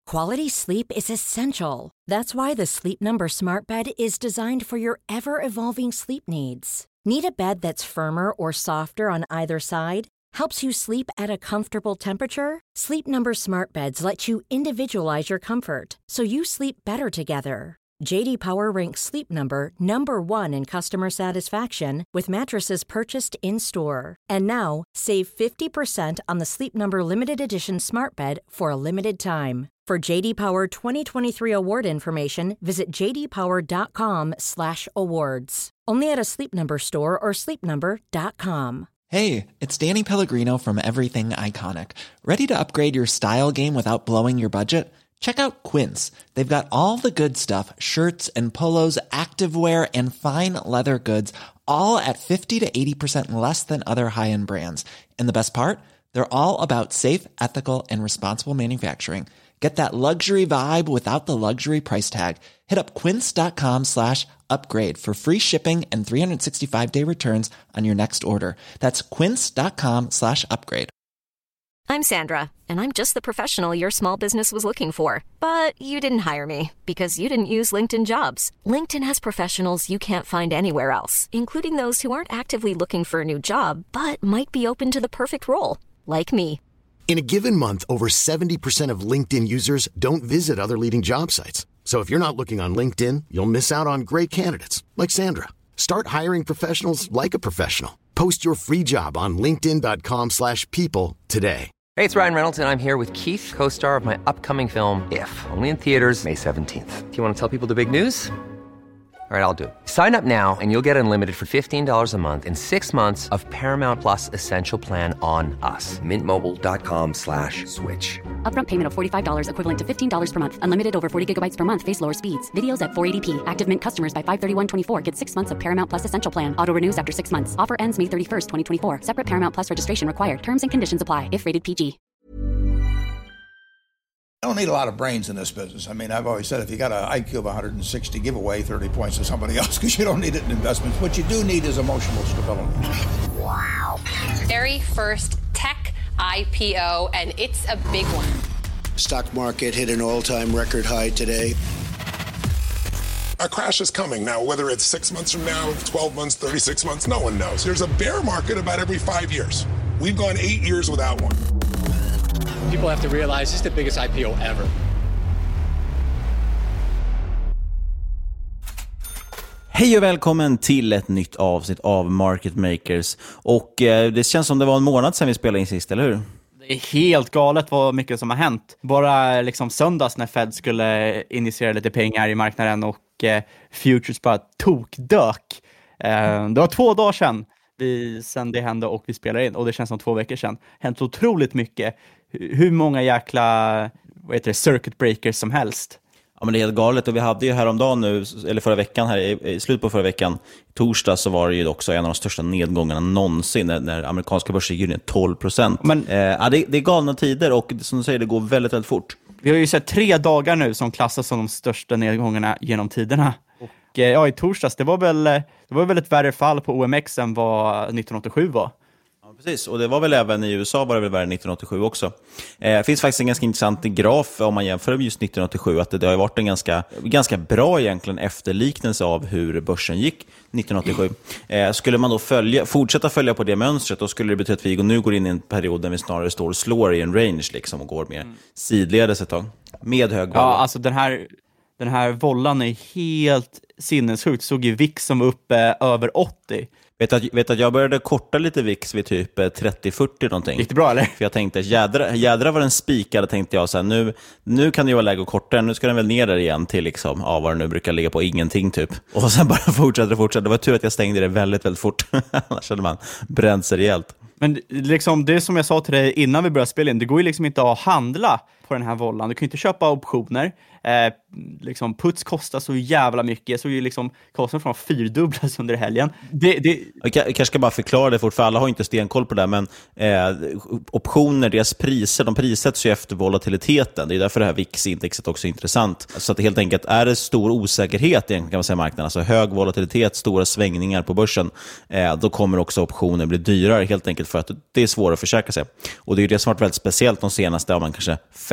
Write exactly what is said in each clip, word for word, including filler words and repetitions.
Quality sleep is essential. That's why the Sleep Number Smart Bed is designed for your ever-evolving sleep needs. Need a bed that's firmer or softer on either side? Helps you sleep at a comfortable temperature? Sleep Number Smart Beds let you individualize your comfort, so you sleep better together. J D Power ranks Sleep Number number one in customer satisfaction with mattresses purchased in-store. And now, save fifty percent on the Sleep Number Limited Edition Smart Bed for a limited time. For J D Power twenty twenty-three award information, visit j d power dot com slash awards. Only at a Sleep Number store or sleep number dot com. Hey, it's Danny Pellegrino from Everything Iconic. Ready to upgrade your style game without blowing your budget? Check out Quince. They've got all the good stuff, shirts and polos, activewear, and fine leather goods, all at fifty to eighty percent less than other high-end brands. And the best part? They're all about safe, ethical, and responsible manufacturing. Get that luxury vibe without the luxury price tag. Hit up quince.com slash upgrade for free shipping and three sixty-five day returns on your next order. That's quince.com slash upgrade. I'm Sandra, and I'm just the professional your small business was looking for. But you didn't hire me because you didn't use LinkedIn Jobs. LinkedIn has professionals you can't find anywhere else, including those who aren't actively looking for a new job, but might be open to the perfect role, like me. In a given month, over seventy percent of LinkedIn users don't visit other leading job sites. So if you're not looking on LinkedIn, you'll miss out on great candidates like Sandra. Start hiring professionals like a professional. Post your free job on linkedin dot com slash people today. Hey, it's Ryan Reynolds, and I'm here with Keith, co-star of my upcoming film, If, only in theaters May seventeenth. Do you want to tell people the big news? All right, I'll do it. Sign up now and you'll get unlimited for fifteen dollars a month and six months of Paramount Plus Essential Plan on us. Mint Mobile dot com slash switch. Upfront payment of forty-five dollars equivalent to fifteen dollars per month. Unlimited over forty gigabytes per month. Face lower speeds. Videos at four eighty p. Active Mint customers by five thirty-one twenty-four get six months of Paramount Plus Essential Plan. Auto renews after six months. Offer ends May thirty-first, twenty twenty-four. Separate Paramount Plus registration required. Terms and conditions apply if rated P G. I don't need a lot of brains in this business. I mean, I've always said if you got an I Q of one hundred sixty, give away thirty points to somebody else because you don't need it in investments. What you do need is emotional stability. Wow. Very first tech I P O, and it's a big one. Stock market hit an all-time record high today. A crash is coming. Now, whether it's six months from now, twelve months, thirty-six months, no one knows. There's a bear market about every five years. We've gone eight years without one. People have to realize this is the biggest I P O ever. Hej och välkommen till ett nytt avsnitt av Market Makers. Och eh, det känns som det var en månad sedan vi spelade in sist, eller hur? Det är helt galet vad mycket som har hänt. Bara liksom söndags när Fed skulle initiera lite pengar i marknaden och eh, futures bara tokdök. Eh, det var två dagar sedan vi sen det hände och vi spelade in. Och det känns som två veckor sedan. Hänt otroligt mycket. Hur många jäkla vad heter det, circuit breakers som helst. Ja, men det är helt galet. Och vi hade ju häromdagen nu, eller förra veckan här, i slut på förra veckan, torsdag, så var det ju också en av de största nedgångarna någonsin när, när amerikanska börser gick ner tolv procent. Men, eh, ja, det, det är galna tider och som du säger, det går väldigt, väldigt fort. Vi har ju sett tre dagar nu som klassas som de största nedgångarna genom tiderna. Och eh, ja, i torsdags, det var väl det var väl ett värre fall på O M X än vad nittonhundraåttiosju var. Precis, och det var väl även i U S A var det väl värre nittonhundraåttiosju också. Eh, det finns faktiskt en ganska intressant graf om man jämför med just nittonhundraåttiosju, att det, det har varit en ganska, ganska bra egentligen efterliknelse av hur börsen gick nittonhundraåttiosju. Eh, skulle man då följa, fortsätta följa på det mönstret, då skulle det betyda att vi nu går in i en period där vi snarare står och slår i en range liksom, och går mer mm. sidledes ett tag. Med hög volla. Ja, alltså den här, den här vollan är helt sinnessjukt. Såg ju V I X som upp eh, över åttio. Vet att, vet att jag började korta lite V I X vid typ trettio fyrtio någonting. Gick det bra eller? För jag tänkte, jädra, jädra var den spikade, tänkte jag så här, nu, nu kan det ju vara läge att korta, nu ska den väl ner där igen till liksom, ja, vad det nu brukar ligga på, ingenting typ. Och sen bara fortsätter och fortsätter. Det var tur att jag stängde det väldigt, väldigt fort. Annars hade man bränt sig rejält. Men liksom, det som jag sa till dig innan vi började spela in, det går ju liksom inte att handla på den här vollan. Du kan ju inte köpa optioner. Eh, liksom, puts kostar så jävla mycket, så ju liksom kostnaden från fyrdubblas under helgen. Det, det... Jag kanske ska bara förklara det fort, för alla har inte stenkoll på det, men eh, optioner, deras priser, de prissätts ju efter volatiliteten. Det är därför det här V I X-indexet också är intressant. Så att det helt enkelt är det stor osäkerhet egentligen, kan man säga, marknaden, alltså hög volatilitet, stora svängningar på börsen, eh, då kommer också optioner bli dyrare, helt enkelt för att det är svårare att försäkra sig. Och det är ju det som har varit väldigt speciellt de senaste, ja, man kanske fem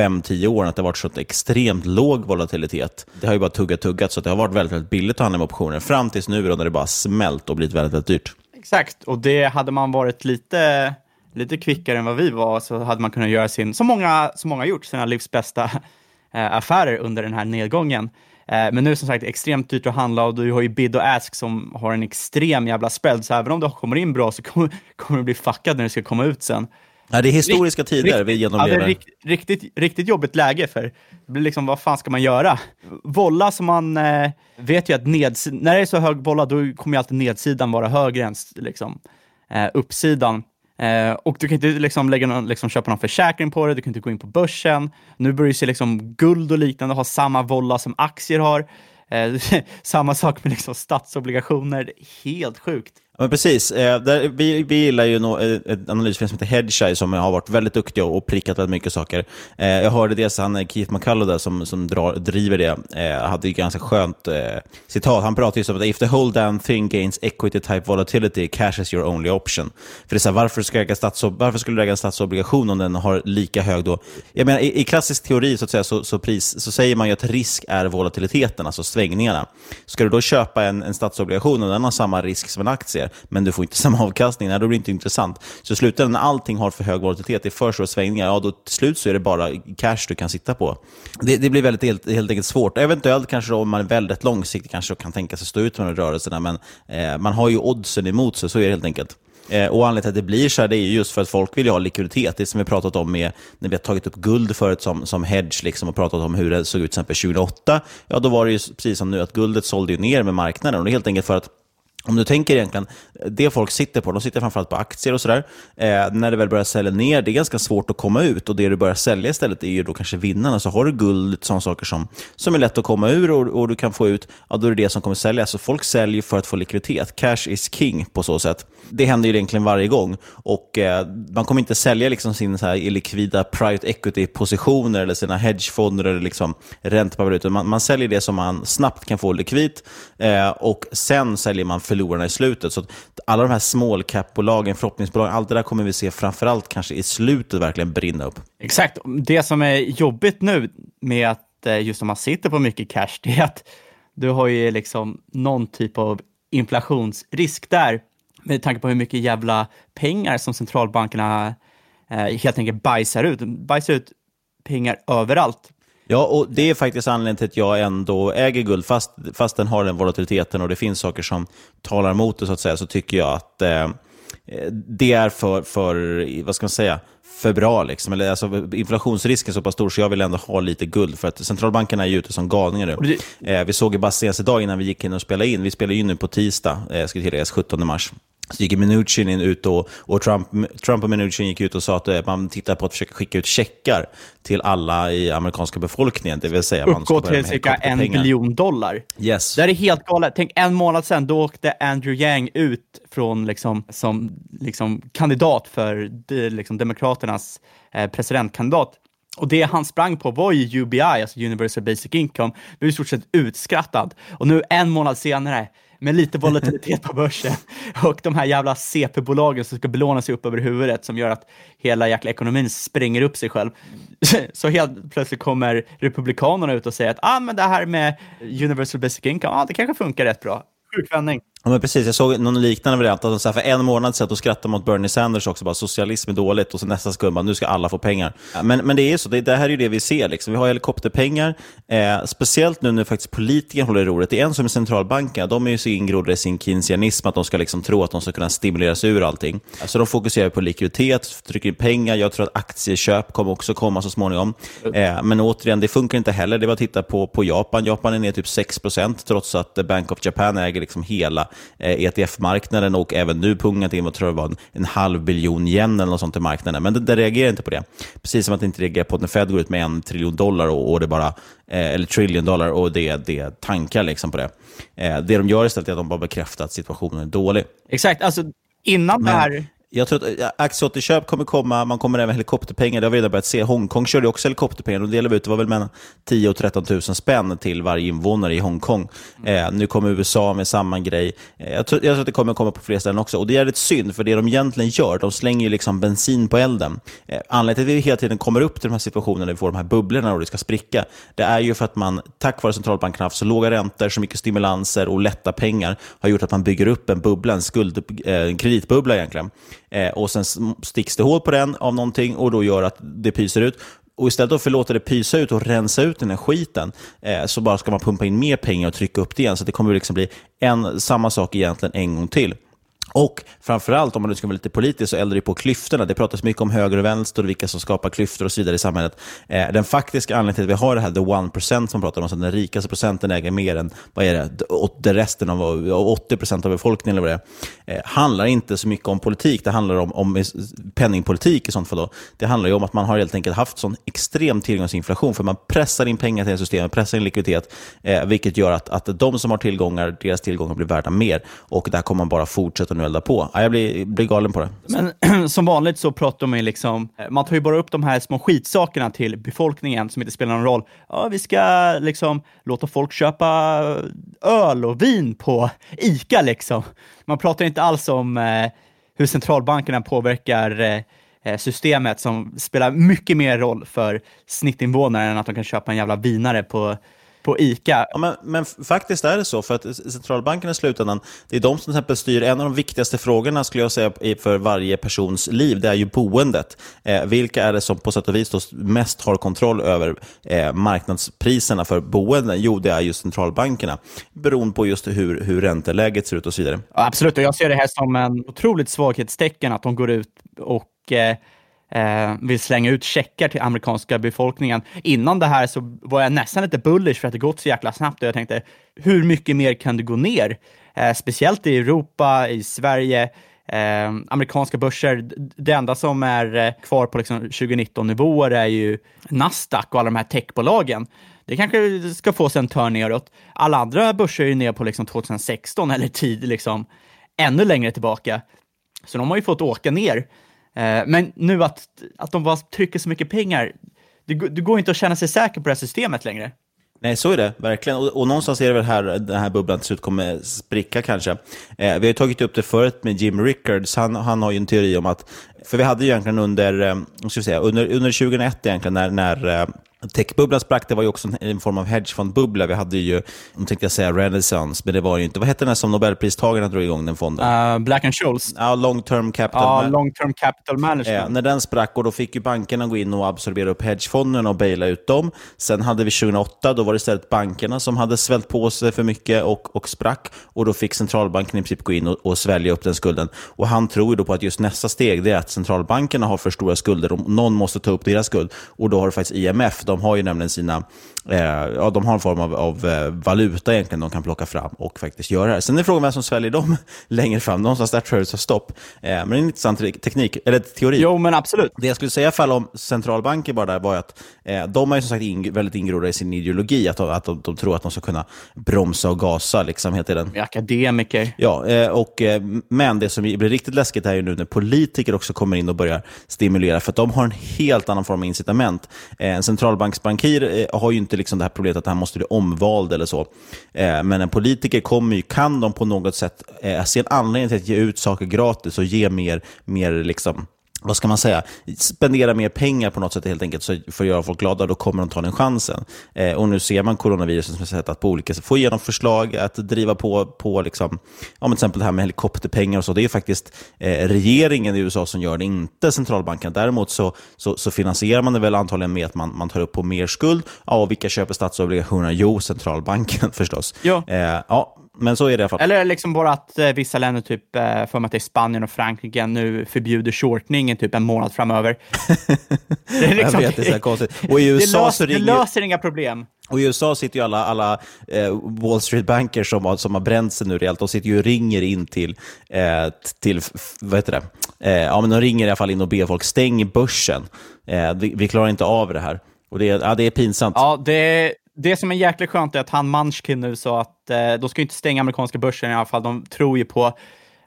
fem till tio åren att det har varit så extremt låg volatilitet. Det har ju bara tuggat tuggat så att det har varit väldigt, väldigt billigt att handla med optioner fram tills nu då när det bara smält och blivit väldigt, väldigt dyrt. Exakt, och det hade man varit lite, lite kvickare än vad vi var så hade man kunnat göra sin, som många, som många har gjort, sina livs bästa eh, affärer under den här nedgången. Eh, men nu är det som sagt extremt dyrt att handla och du har ju bid och ask som har en extrem jävla spread, så även om du kommer in bra så kommer, kommer du bli fuckad när du ska komma ut sen. Ja, det är historiska Rikt, tider riktigt, vi genomlever. Ja, det är rikt, riktigt, riktigt jobbigt läge för det blir liksom, vad fan ska man göra? Volla som man eh, vet ju att nedsid- när det är så hög volla då kommer ju alltid nedsidan vara högre än liksom, eh, uppsidan. Eh, och du kan inte liksom, lägga någon, liksom, köpa någon försäkring på det, du kan inte gå in på börsen. Nu börjar ju se liksom, guld och liknande ha samma volla som aktier har. Eh, samma sak med liksom, statsobligationer, helt sjukt. Ja, men precis. Eh, där, vi, vi gillar ju no, ett analysfirma som heter Hedgeye som har varit väldigt duktiga och prickat väldigt mycket saker. Eh, jag hörde det, så han, Keith McCullough där, som, som drar, driver det, eh, hade ju ganska skönt eh, citat. Han pratar ju om att if the whole damn thing gains equity type volatility, cash is your only option. För det är så här, varför, ska jag statsob- varför skulle du äga en statsobligation om den har lika hög då? Jag menar, i, i klassisk teori så, att säga, så, så, pris, så säger man ju att risk är volatiliteten, alltså svängningarna. Ska du då köpa en, en statsobligation och den har samma risk som en aktie, men du får inte samma avkastning, nej, då blir det inte intressant. Så i slutändan när allting har för hög volatilitet, det är för stora svängningar, ja då till slut så är det bara cash du kan sitta på. Det, det blir väldigt helt, helt enkelt svårt. Eventuellt kanske då, om man är väldigt långsiktig kanske kan tänka sig stå ut med de rörelserna, men eh, man har ju oddsen emot sig, så är det helt enkelt. Eh, och anledningen till att det blir så här, det är just för att folk vill ha likviditet. Det som vi pratat om med, när vi har tagit upp guld förut som, som hedge liksom, och pratat om hur det såg ut till exempel tjugohundraåtta, ja då var det ju precis som nu att guldet sålde ju ner med marknaden, och det är helt enkelt för att om du tänker egentligen, det folk sitter på, de sitter framförallt på aktier och sådär. Eh, när det väl börjar sälja ner, det är ganska svårt att komma ut. Och det du börjar sälja istället är ju då kanske vinnarna. Så har du guld, sådana saker som, som är lätt att komma ur och, och du kan få ut, ja då är det det som kommer sälja. Så folk säljer för att få likviditet. Cash is king på så sätt. Det händer ju egentligen varje gång. Och eh, man kommer inte sälja liksom sin så här illikvida private equity-positioner eller sina hedgefonder eller liksom räntepapper, utan man, man säljer det som man snabbt kan få likvid. Eh, och sen säljer man förlorarna i slutet. Så att alla de här small cap-bolagen, förhoppningsbolagen, allt det där kommer vi se framförallt kanske i slutet verkligen brinna upp. Exakt. Det som är jobbigt nu med att just om man sitter på mycket cash, det är att du har ju liksom någon typ av inflationsrisk där, med tanke på hur mycket jävla pengar som centralbankerna eh, helt enkelt bajsar ut. Bajsar ut pengar överallt. Ja, och det är faktiskt anledningen till att jag ändå äger guld, fast, fast den har den volatiliteten och det finns saker som talar emot det så att säga, så tycker jag att eh, det är för, för, vad ska man säga, för bra liksom. Eller, alltså, inflationsrisken är så pass stor så jag vill ändå ha lite guld, för att centralbankerna är ju ute som galningar nu. Det... Eh, vi såg ju bara senaste dag innan vi gick in och spelade in, vi spelar ju nu på tisdag, eh, ska tilläggas sjuttonde mars. Så gick Mnuchin in ut och, och Trump, Trump och Mnuchin gick ut och sa att man tittar på att försöka skicka ut checkar till alla i amerikanska befolkningen. Det vill säga man uppgå till cirka en biljon dollar. Yes. Det är helt galet. Tänk, en månad sedan då åkte Andrew Yang ut från liksom, som liksom, kandidat för de, liksom, demokraternas eh, presidentkandidat. Och det han sprang på var ju U B I, alltså Universal Basic Income. Vi är i stort sett utskrattad. Och nu en månad senare, med lite volatilitet på börsen och de här jävla C P-bolagen som ska belåna sig upp över huvudet, som gör att hela jäkla ekonomin spränger upp sig själv. Så helt plötsligt kommer republikanerna ut och säger att ah, men det här med Universal Basic Income, ah, det kanske funkar rätt bra. Sjukvändning. Ja, men precis, jag såg någon liknande variant att de så här, för en månad sedan att skratta mot Bernie Sanders också, bara socialism är dåligt, och så nästa sekund bara, nu ska alla få pengar. Men, men det är så, det, det här är ju det vi ser liksom. Vi har helikopterpengar, eh, speciellt nu när faktiskt politikerna håller i roret. Det är en som är centralbanken, de är ju så ingrodda i sin keynesianism att de ska liksom tro att de ska kunna stimuleras ur allting. Så de fokuserar på likviditet, trycker in pengar. Jag tror att aktieköp kommer också komma så småningom. Eh, men återigen, det funkar inte heller. Det var att titta på, på Japan. Japan är ner typ sex procent trots att Bank of Japan äger liksom hela E T F-marknaden och även nu pungat in, vad tror jag var en, en halv biljon yen eller något sånt i marknaden. Men det, det reagerar inte på det. Precis som att det inte reagerar på att när Fed går ut med en triljon dollar och, och det bara, eh, eller trillion dollar och det, det tankar liksom på det. Eh, det de gör istället är att de bara bekräftar att situationen är dålig. Exakt, alltså innan Men, det här... Jag tror att aktieåterköp kommer komma, man kommer även helikopterpengar. Det har vi redan börjat se. Hongkong körde också helikopterpengar. De delade ut, det var väl mellan tio och tretton tusen spänn till varje invånare i Hongkong. Mm. Eh, nu kommer U S A med samma grej. Eh, jag, tror, jag tror att det kommer komma på fler ställen också. Och det är ett synd, för det de egentligen gör, de slänger ju liksom bensin på elden. Eh, anledningen till att vi hela tiden kommer upp till de här situationerna när vi får de här bubblorna och det ska spricka, det är ju för att man, tack vare centralbanken haft så låga räntor, så mycket stimulanser och lätta pengar, har gjort att man bygger upp en bubbla, en skuld, eh, kreditbubbla egentligen. Eh, och sen sticks det hål på den av någonting och då gör att det pyser ut. Och istället för att förlåta det pysa ut och rensa ut den här skiten, eh, så bara ska man pumpa in mer pengar och trycka upp det igen. Så det kommer liksom bli en, samma sak egentligen en gång till. Och framförallt, om man nu ska vara lite politisk, så eldar det på klyftorna. Det pratas mycket om höger och vänster och vilka som skapar klyftor och så vidare i samhället. Eh, den faktiska anledningen till att vi har det här, the one percent som pratar om, så att den rikaste procenten äger mer än, vad är det, det resten av åttio procent av befolkningen eller vad det är, eh, handlar inte så mycket om politik. Det handlar om, om penningpolitik i sånt fall då. Det handlar ju om att man har helt enkelt haft sån extrem tillgångsinflation, för man pressar in pengar till systemet, pressar in likviditet, eh, vilket gör att, att de som har tillgångar, deras tillgångar blir värda mer. Och där kommer man bara fortsätta nu elda på. Ja, jag blir, blir galen på det. Men som vanligt så pratar man liksom, man tar ju bara upp de här små skitsakerna till befolkningen som inte spelar någon roll. Ja, vi ska liksom låta folk köpa öl och vin på ICA liksom. Man pratar inte alls om eh, hur centralbankerna påverkar eh, systemet, som spelar mycket mer roll för snittinvånare än att de kan köpa en jävla vinare på på ICA. Ja, men, men faktiskt är det så, för att centralbanken i slutändan, det är de som till exempel styr en av de viktigaste frågorna, skulle jag säga, för varje persons liv. Det är ju boendet. Eh, vilka är det som på sätt och vis då mest har kontroll över eh, marknadspriserna för boenden? Jo, det är just centralbankerna. Beroende på just hur, hur ränteläget ser ut och så vidare. Ja, absolut, och jag ser det här som en otroligt svaghetstecken att de går ut och eh, Eh, vill slänga ut checkar till amerikanska befolkningen. Innan det här så var jag nästan lite bullish för att det gått så jäkla snabbt, och jag tänkte, hur mycket mer kan det gå ner? Eh, speciellt i Europa, i Sverige, eh, amerikanska börser. Det enda som är eh, kvar på liksom tjugonitton-nivåer är ju Nasdaq och alla de här techbolagen. Det kanske ska få sig en törn neråt. Alla andra börser är ju ner på liksom tjugohundrasexton eller tid liksom ännu längre tillbaka. Så de har ju fått åka ner. Men nu att, att de bara trycker så mycket pengar, det, det går inte att känna sig säker på det här systemet längre. Nej, så är det, verkligen. Och, och någonstans är det väl här den här bubblan till slut kommer spricka kanske. Eh, vi har ju tagit upp det förut med Jim Rickards. Han, han har ju en teori om att, för vi hade ju egentligen under, eh, ska vi säga, under, under tjugohundraett egentligen, när, när eh, techbubblan sprack, det var ju också en, en form av hedgefondbubbla. Vi hade ju, om tänkte jag säga Renaissance, men det var ju inte, vad hette den här som Nobelpristagarna drog igång den fonden? Uh, Black and Scholes. Ja, Long Term Capital. Ja, uh, Long Term Capital Management. Eh, när den sprack, och då fick ju bankerna gå in och absorbera upp hedgefonden och baila ut dem. Sen hade vi tjugohundraåtta, då var det istället bankerna som hade svällt på sig för mycket och, och sprack, och då fick centralbanken i princip gå in och, och svälja upp den skulden. Och han tror ju då på att just nästa steg, det är att centralbankerna har för stora skulder och någon måste ta upp deras skuld, och då har det faktiskt I M F, de har ju nämligen sina, eh, ja, de har en form av, av eh, valuta egentligen de kan plocka fram och faktiskt göra det här. Sen är frågan vem som sväljer dem längre fram. Någonstans där tror jag det tar stopp. Eh, men det är en intressant teknik, eller teori. Jo, men absolut. Det jag skulle säga fall om centralbanker bara där var att eh, de är ju som sagt in, väldigt ingrodda i sin ideologi, att, de, att de, de tror att de ska kunna bromsa och gasa liksom helt i den. Akademiker. Ja, eh, och, eh, men det som blir riktigt läskigt är ju nu när politiker också kommer in och börjar stimulera, för att de har en helt annan form av incitament. Eh, en centralbanksbankir eh, har ju inte liksom det här problemet att han måste bli omvald eller så. Eh, men en politiker kommer ju, kan de på något sätt eh, se en anledning till att ge ut saker gratis och ge mer, mer liksom, vad ska man säga, spendera mer pengar på något sätt helt enkelt, så för att göra folk glada, då kommer de ta den chansen. Eh, och nu ser man coronaviruset som sätt att på olika sätt få igenom förslag, att driva på, på liksom, ja, till exempel det här med helikopterpengar och så. Det är ju faktiskt eh, regeringen i U S A som gör det, inte centralbanken. Däremot så, så, så finansierar man det väl antagligen med att man, man tar upp på mer skuld. Ja, och vilka köper statsobligationer? Jo, centralbanken förstås. Ja. Eh, ja. Men så är det i alla fall. Eller liksom bara att eh, vissa länder, typ eh, för att det är Spanien och Frankrike, nu förbjuder shortning i typ en månad framöver. Det är liksom, jag vet, det är så här konstigt. Och i U S A det, lös, så ringer, det löser inga problem. Och i U S A sitter ju alla, alla eh, Wall Street Banker som har, som har bränt sig nu rejält. De sitter ju och ringer in till, eh, till vad heter det? Eh, ja, men de ringer i alla fall in och ber folk stäng börsen. Eh, vi, vi klarar inte av det här. Och det, ja, det är pinsamt. Ja, det Det som är jäkligt skönt är att han Munchkin nu sa att eh, de ska inte stänga amerikanska börsen i alla fall. De tror ju på att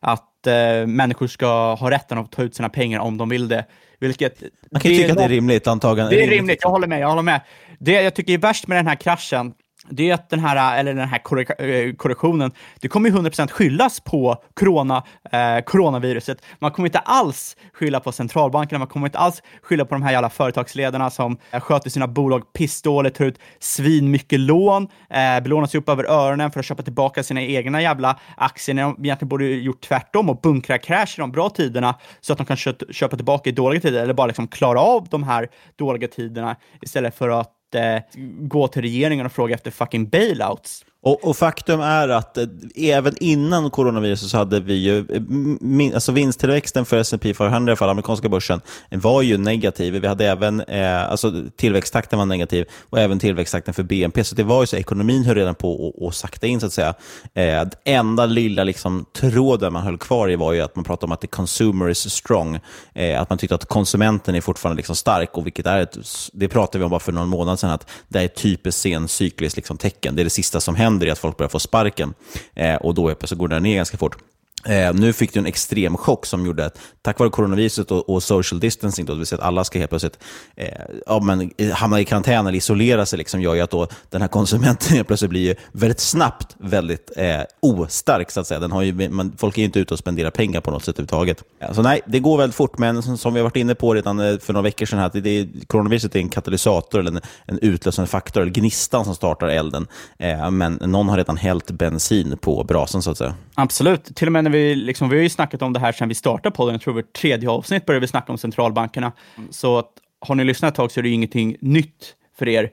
eh, människor ska ha rätten att ta ut sina pengar om de vill det. Vilket, Man kan ju tycka att det är rimligt, antagligen. Det är rimligt, jag håller med, jag håller med. Det jag tycker är värst med den här kraschen, det är att den här, eller den här korre- korrektionen, det kommer ju hundra procent skyllas på corona, eh, coronaviruset. Man kommer inte alls skylla på centralbankerna, man kommer inte alls skylla på de här jävla företagsledarna som eh, sköter sina bolag pissdåligt, tar ut svin mycket lån, eh, belånas upp över öronen för att köpa tillbaka sina egna jävla aktier. De egentligen borde gjort tvärtom och bunkra cash i de bra tiderna så att de kan kö- köpa tillbaka i dåliga tider, eller bara liksom klara av de här dåliga tiderna istället för att Eh, gå till regeringen och fråga efter fucking bailouts. Och, och faktum är att eh, även innan coronaviruset så hade vi ju eh, min, alltså vinsttillväxten för S and P femhundra för amerikanska börsen var ju negativ. Vi hade även eh, alltså tillväxttakten var negativ och även tillväxttakten för B N P, så det var ju så ekonomin höll redan på att sakta in så att säga. Eh, enda lilla liksom tråden man höll kvar i var ju att man pratade om att the consumer is strong, eh, att man tyckte att konsumenten är fortfarande liksom stark, och vilket är ett, det pratade vi om bara för någon månad sedan, att det är ett typiskt sencykliskt liksom tecken. Det är det sista som händer i att folk börjar få sparken, eh, och då så går det ner ganska fort. Eh, nu fick du en extrem chock som gjorde att tack vare coronaviruset och, och social distancing, då, det vill säga att alla ska helt plötsligt eh, ja, men, hamna i karantän eller isolera sig, liksom, gör ju att då, den här konsumenten helt plötsligt blir ju väldigt snabbt väldigt eh, ostark så att säga. Den har ju, man, folk är ju inte ute och spenderar pengar på något sätt överhuvudtaget. Ja, så nej, det går väldigt fort, men som, som vi har varit inne på redan för några veckor sedan här, att det, det, coronaviruset är en katalysator eller en, en utlösande faktor eller gnistan som startar elden, eh, men någon har redan hällt bensin på brasan så att säga. Absolut, till och med när vi, liksom, vi har ju snackat om det här sedan vi startade podden. Jag tror vi tredje avsnitt började vi snacka om centralbankerna. Så att, har ni lyssnat ett tag så är det ju ingenting nytt för er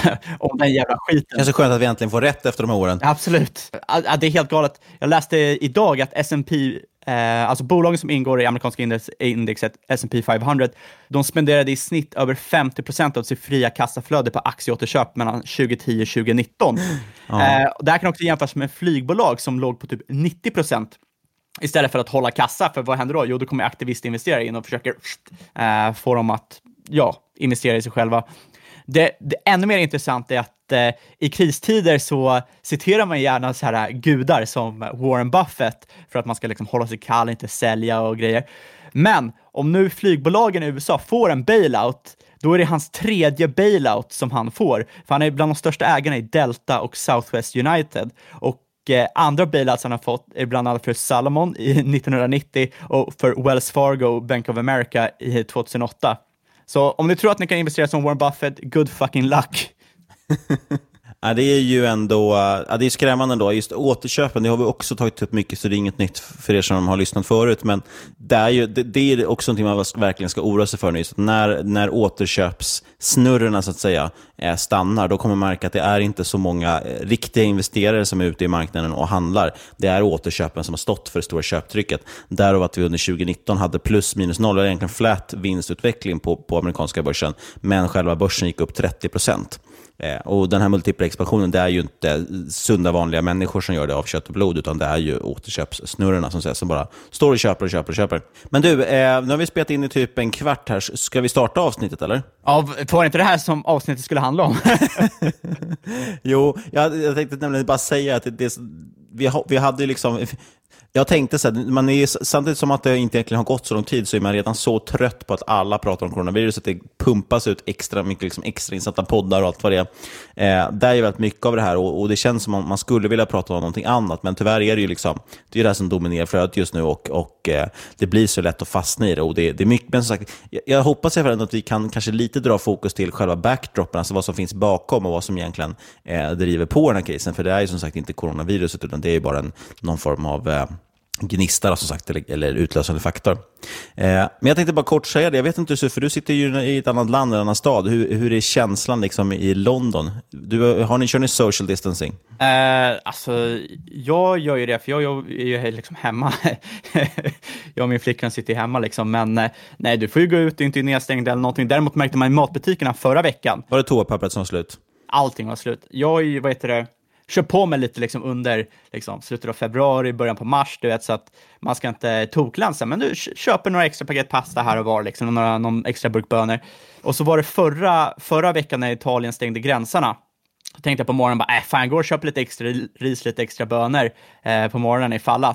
om den jävla skiten. Det är så skönt att vi äntligen får rätt efter de här åren. Absolut. Ja, det är helt galet. Jag läste idag att S and P, eh, alltså bolagen som ingår i amerikanska index, indexet S and P femhundra, de spenderade i snitt över femtio procent av sitt fria kassaflöde på aktieåterköp mellan tjugo tio och tjugo nitton. Ja. Eh, det här kan också jämföras med flygbolag som låg på typ nittio procent. Istället för att hålla kassa, för vad händer då? Jo, då kommer aktivistinvesterare in och försöker äh, få dem att ja, investera i sig själva. Det, det ännu mer intressant är att äh, i kristider så citerar man gärna så här gudar som Warren Buffett för att man ska liksom hålla sig kall, inte sälja och grejer. Men om nu flygbolagen i U S A får en bailout, då är det hans tredje bailout som han får. För han är bland de största ägarna i Delta och Southwest United. Och andra bailouts han har fått är bland annat för Salomon i nittonhundranittio och för Wells Fargo och Bank of America i tjugohundraåtta. Så om ni tror att ni kan investera som Warren Buffett, good fucking luck. Ja, det är ju ändå, ja, det är skrämmande ändå. Just återköpen, det har vi också tagit upp mycket, så det är inget nytt för er som har lyssnat förut. Men det är ju det, det är också någonting man verkligen ska oroa sig för nu. Så när, när återköpssnurrorna så att säga stannar, då kommer man märka att det är inte så många riktiga investerare som är ute i marknaden och handlar. Det är återköpen som har stått för det stora köptrycket. Därav att vi under tjugo nitton hade plus minus noll, eller egentligen flat vinstutveckling på, på amerikanska börsen. Men själva börsen gick upp trettio procent. Eh, och den här multipla expansionen, det är ju inte sunda vanliga människor som gör det av kött och blod, utan det är ju återköpssnurrorna som, säger, som bara står och köper och köper och köper. Men du, eh, nu har vi spelat in i typ en kvart här. Ska vi starta avsnittet eller? Ja, var inte det här som avsnittet skulle handla om? Jo, jag, jag tänkte nämligen bara säga att det, det, vi, vi hade ju liksom... Jag tänkte så här, man är, samtidigt som att det inte egentligen har gått så lång tid så är man redan så trött på att alla pratar om coronaviruset. Det pumpas ut extra mycket liksom extra insatta poddar och allt vad det är. Eh, det är ju väldigt mycket av det här och, och det känns som att man skulle vilja prata om någonting annat. Men tyvärr är det ju liksom, det är det här som dominerar flödet just nu och, och eh, det blir så lätt att fastna i det. Och det, det är mycket, men som sagt, jag, jag hoppas i alla fall att vi kan kanske lite dra fokus till själva backdropen, alltså vad som finns bakom och vad som egentligen eh, driver på den här krisen. För det är ju som sagt inte coronaviruset, utan det är ju bara en, någon form av... Eh, gnistar som sagt, eller, eller utlösande faktor. Eh, men jag tänkte bara kort säga det, jag vet inte hur, för du sitter ju i ett annat land, en annan stad. Hur, hur är känslan liksom i London? Du, har ni kört ni social distancing? Eh, alltså, jag gör ju det, för jag, jag är ju liksom hemma. Jag och min flickan sitter hemma liksom, men eh, nej, du får ju gå ut, du är inte nedstängd eller någonting. Däremot märkte man i matbutikerna förra veckan. Var det toapappret som var slut? Allting var slut. Jag, vad heter det? Kör på mig lite liksom under liksom, slutet av februari, början på mars, du vet, så att man ska inte toklansa, men du köper några extra paket pasta här och var, liksom, några, någon extra burk bönor. Och så var det förra, förra veckan när Italien stängde gränserna. Tänkte jag på morgonen, bara, äh, fan, jag går och köper lite extra ris, lite extra bönor eh, på morgonen i fallat.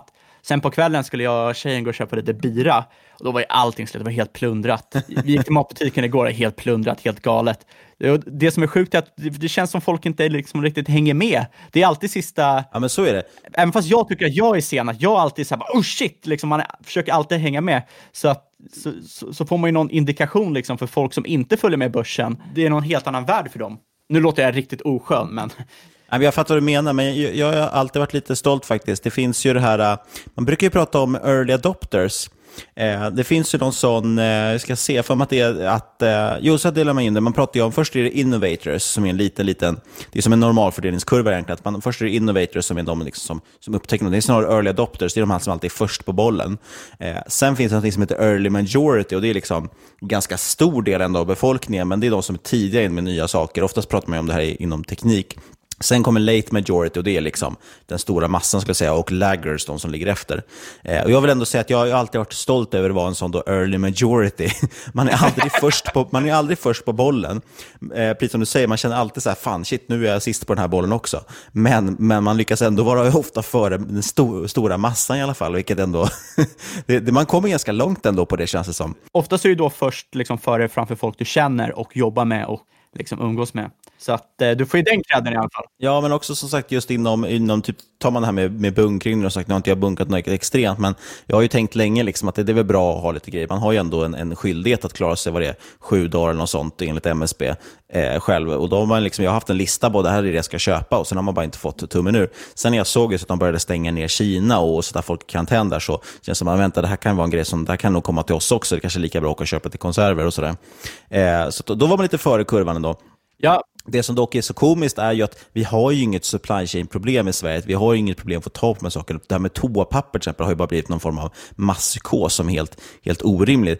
Sen på kvällen skulle jag och tjejen gå och köpa lite bira. Och då var ju allting slut, det var helt plundrat. Vi gick till matbutiken igår, helt plundrat, helt galet. Det som är sjukt är att det känns som folk inte liksom riktigt hänger med. Det är alltid sista... Ja, men så är det. Även fast jag tycker att jag är sen, att jag alltid så här, oh shit, liksom, man försöker alltid hänga med. Så, att, så, så, så får man ju någon indikation liksom, för folk som inte följer med börsen. Det är någon helt annan värld för dem. Nu låter jag riktigt oskön, men... Jag fattar vad du menar, men jag, jag har alltid varit lite stolt faktiskt. Det finns ju det här, man brukar ju prata om early adopters. Eh, det finns ju någon sån, eh, jag ska se för att det är att, eh, jo så delar man in det, man pratar ju om, först är det innovators som är en liten, liten, det är som en normalfördelningskurva egentligen, att man, först är det innovators som är de liksom som, som upptäcker något, det är snarare early adopters, det är de här som alltid är först på bollen. Eh, sen finns det något som heter early majority och det är liksom ganska stor del ändå av befolkningen, men det är de som är tidiga in med nya saker, oftast pratar man ju om det här inom teknik. Sen kommer late majority och det är liksom den stora massan skulle jag säga, och laggers, de som ligger efter. Eh, och jag vill ändå säga att jag har alltid varit stolt över att vara en sån då early majority. Man är aldrig först på, man är aldrig först på bollen. Eh, precis som du säger, man känner alltid så här, fan shit, nu är jag sist på den här bollen också. Men, men man lyckas ändå vara ofta före den sto, stora massan i alla fall, vilket ändå, det, det, man kommer ganska långt ändå på det, känns det som. Oftast är du då först liksom före framför folk du känner och jobbar med och liksom umgås med. Så att eh, du får ju den kredden i alla fall. Ja, men också som sagt just inom, inom typ, tar man det här med, med bunkring och sagt, nu har inte jag bunkat något extremt, men jag har ju tänkt länge liksom att det, det är väl bra att ha lite grejer. Man har ju ändå en, en skyldighet att klara sig, vad det är, sju dagar eller något sånt enligt M S B eh, själv. Och då har man liksom, jag har haft en lista på det här är det jag ska köpa och sen har man bara inte fått tummen ur. Sen när jag såg ju så att de började stänga ner Kina och sätta folk i karantän där, så känns det som att vänta, det här kan vara en grej som, det här kan nog komma till oss också. Det kanske är lika bra att åka och köpa till konserver och sådär. Eh, så då, då var man lite före kurvan ändå. Ja. Det som dock är så komiskt är ju att vi har ju inget supply chain problem i Sverige. Vi har ju inget problem att få tag på med saker. Det här med toapapper till exempel har ju bara blivit någon form av masspsykos som är helt, helt orimligt.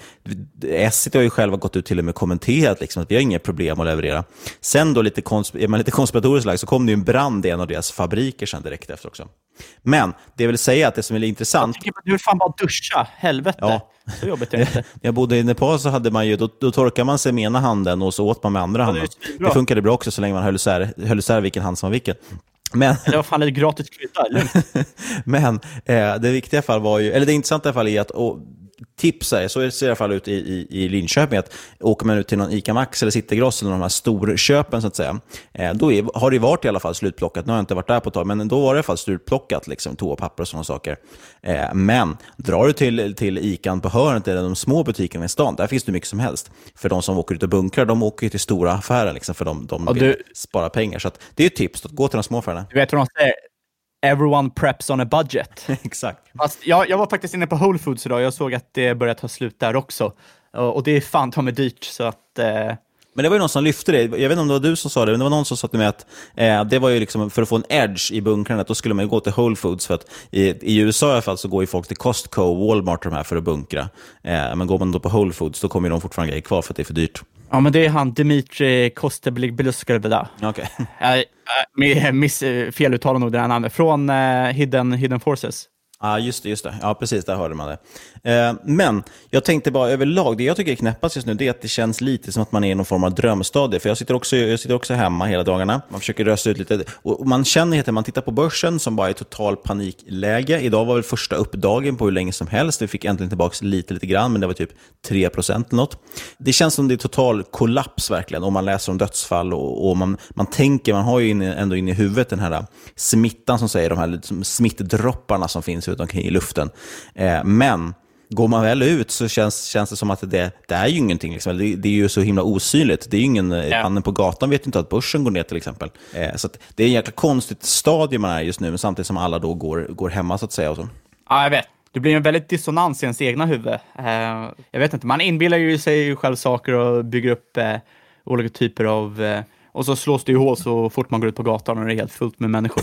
S har ju själva gått ut till och med kommenterat liksom, att vi har inga problem att leverera. Sen då lite konsp- är man lite konspiratoriskt lag så kom det ju en brand i en av deras fabriker sen direkt efter också. Men det vill säga att det som är intressant... Du vill fan bara duscha, helvete. Ja. Så jobbigt är det inte. När jag bodde i Nepal så hade man ju, då, då torkar man sig med ena handen och så åt man med andra ja, handen. Det, det funkade bra också så länge man höll isär, höll isär vilken hand som var vilken. Men, det var fan lite gratis krydda. Men eh, det viktiga fall var ju, eller det intressanta i alla fall är att och, tips är, så ser det i alla fall ut i, i, i Linköping, att åker man ut till någon ICA Max eller Citygross eller de här storköpen så att säga, eh, då är, har det varit i alla fall slutplockat. Nu har jag inte varit där på ett tag, men då var det i alla fall slutplockat liksom, toapapper och sådana saker. Eh, men drar du till, till ICAn på hörnet eller de små butikerna i stan, där finns det mycket som helst. För de som åker ut och bunkrar, de åker ju till stora affärer liksom, för de, de vill du, spara pengar. Så att det är ett tips, att gå till de små affärerna. Du vet vad de säger? Everyone preps on a budget. Exakt. Fast jag, jag var faktiskt inne på Whole Foods idag. Jag såg att det började ta slut där också. Och, och det är fan ta med dyrt. Så att, eh... Men det var ju någon som lyfte det. Jag vet inte om det var du som sa det, men det var någon som sa till mig att eh, det var ju liksom för att få en edge i bunkrandet, då skulle man ju gå till Whole Foods. För att i, i U S A i alla fall så går ju folk till Costco, Walmart och de här för att bunkra. Eh, men går man då på Whole Foods, då kommer ju de fortfarande grejer kvar för att det är för dyrt. Ja, men det är han Dimitri Kostebeluskarveda. Okej. Okay. Jag miss feluttalade nog den namnet. Från uh, Hidden, Hidden Forces. Ja, just det, just det. Ja, precis, där hörde man det. Eh, men jag tänkte bara överlag, det jag tycker är knappast just nu, det är att det känns lite som att man är i någon form av drömstadie. För jag sitter också, jag sitter också hemma hela dagarna. Man försöker rösta ut lite. Och man känner att man tittar på börsen som bara är total panikläge. Idag var väl första uppdagen på hur länge som helst. Vi fick äntligen tillbaka lite, lite grann, men det var typ tre procent eller något. Det känns som det är total kollaps verkligen. Om man läser om dödsfall och, och man, man tänker, man har ju inne, ändå inne i huvudet den här smittan som säger, de här liksom smittdropparna som finns ut omkring i luften. Eh, men går man väl ut så känns, känns det som att det, det är ju ingenting. Liksom. Det, det är ju så himla osynligt. Det är ju ingen, ja. Mannen på gatan vet ju inte att börsen går ner till exempel. Eh, så att det är en jäkla konstigt stadie man är just nu, men samtidigt som alla då går, går hemma så att säga. Och så. Ja, jag vet. Det blir en väldigt dissonans i ens egna huvud. Eh, jag vet inte, man inbillar ju sig själv saker och bygger upp eh, olika typer av... Eh, Och så slås det ju hål så fort man går ut på gatan och det är helt fullt med människor.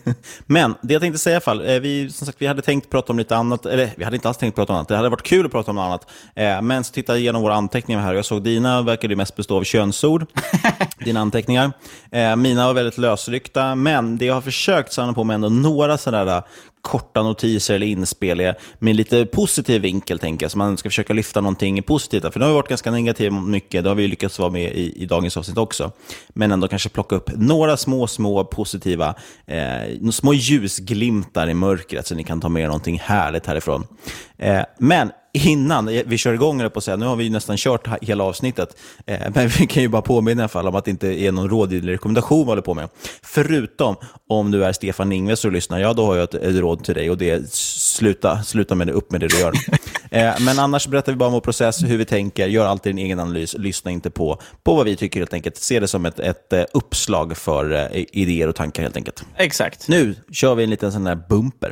Men det jag tänkte säga i alla fall, vi, som sagt, vi hade tänkt prata om lite annat, eller vi hade inte alls tänkt prata om annat, det hade varit kul att prata om något annat. Eh, men så tittade jag igenom våra anteckningar här och jag såg dina verkade mest bestå av könsord, dina anteckningar. Eh, mina var väldigt lösryckta, men det jag har försökt samla på mig ändå några sådana korta notiser eller inspel är med lite positiv vinkel, tänker jag. Så man ska försöka lyfta någonting positivt. För det har varit ganska negativt mycket. Det har vi lyckats vara med i, i dagens avsnitt också. Men ändå kanske plocka upp några små, små positiva, eh, små ljusglimtar i mörkret så ni kan ta med någonting härligt härifrån. Eh, men innan vi kör igång det på att säga, nu har vi nästan kört hela avsnittet, eh, men vi kan ju bara påminna i alla fall om att det inte är någon råd eller rekommendation vi håller på med. Förutom om du är Stefan Ingves och lyssnar, ja då har jag ett, ett råd till dig och det är sluta, sluta med det, upp med det du gör. eh, men annars berättar vi bara om vår process, hur vi tänker, gör alltid en egen analys, lyssna inte på, på vad vi tycker helt enkelt. Se det som ett, ett, ett uppslag för eh, idéer och tankar helt enkelt. Exakt. Nu kör vi en liten sån där bumper.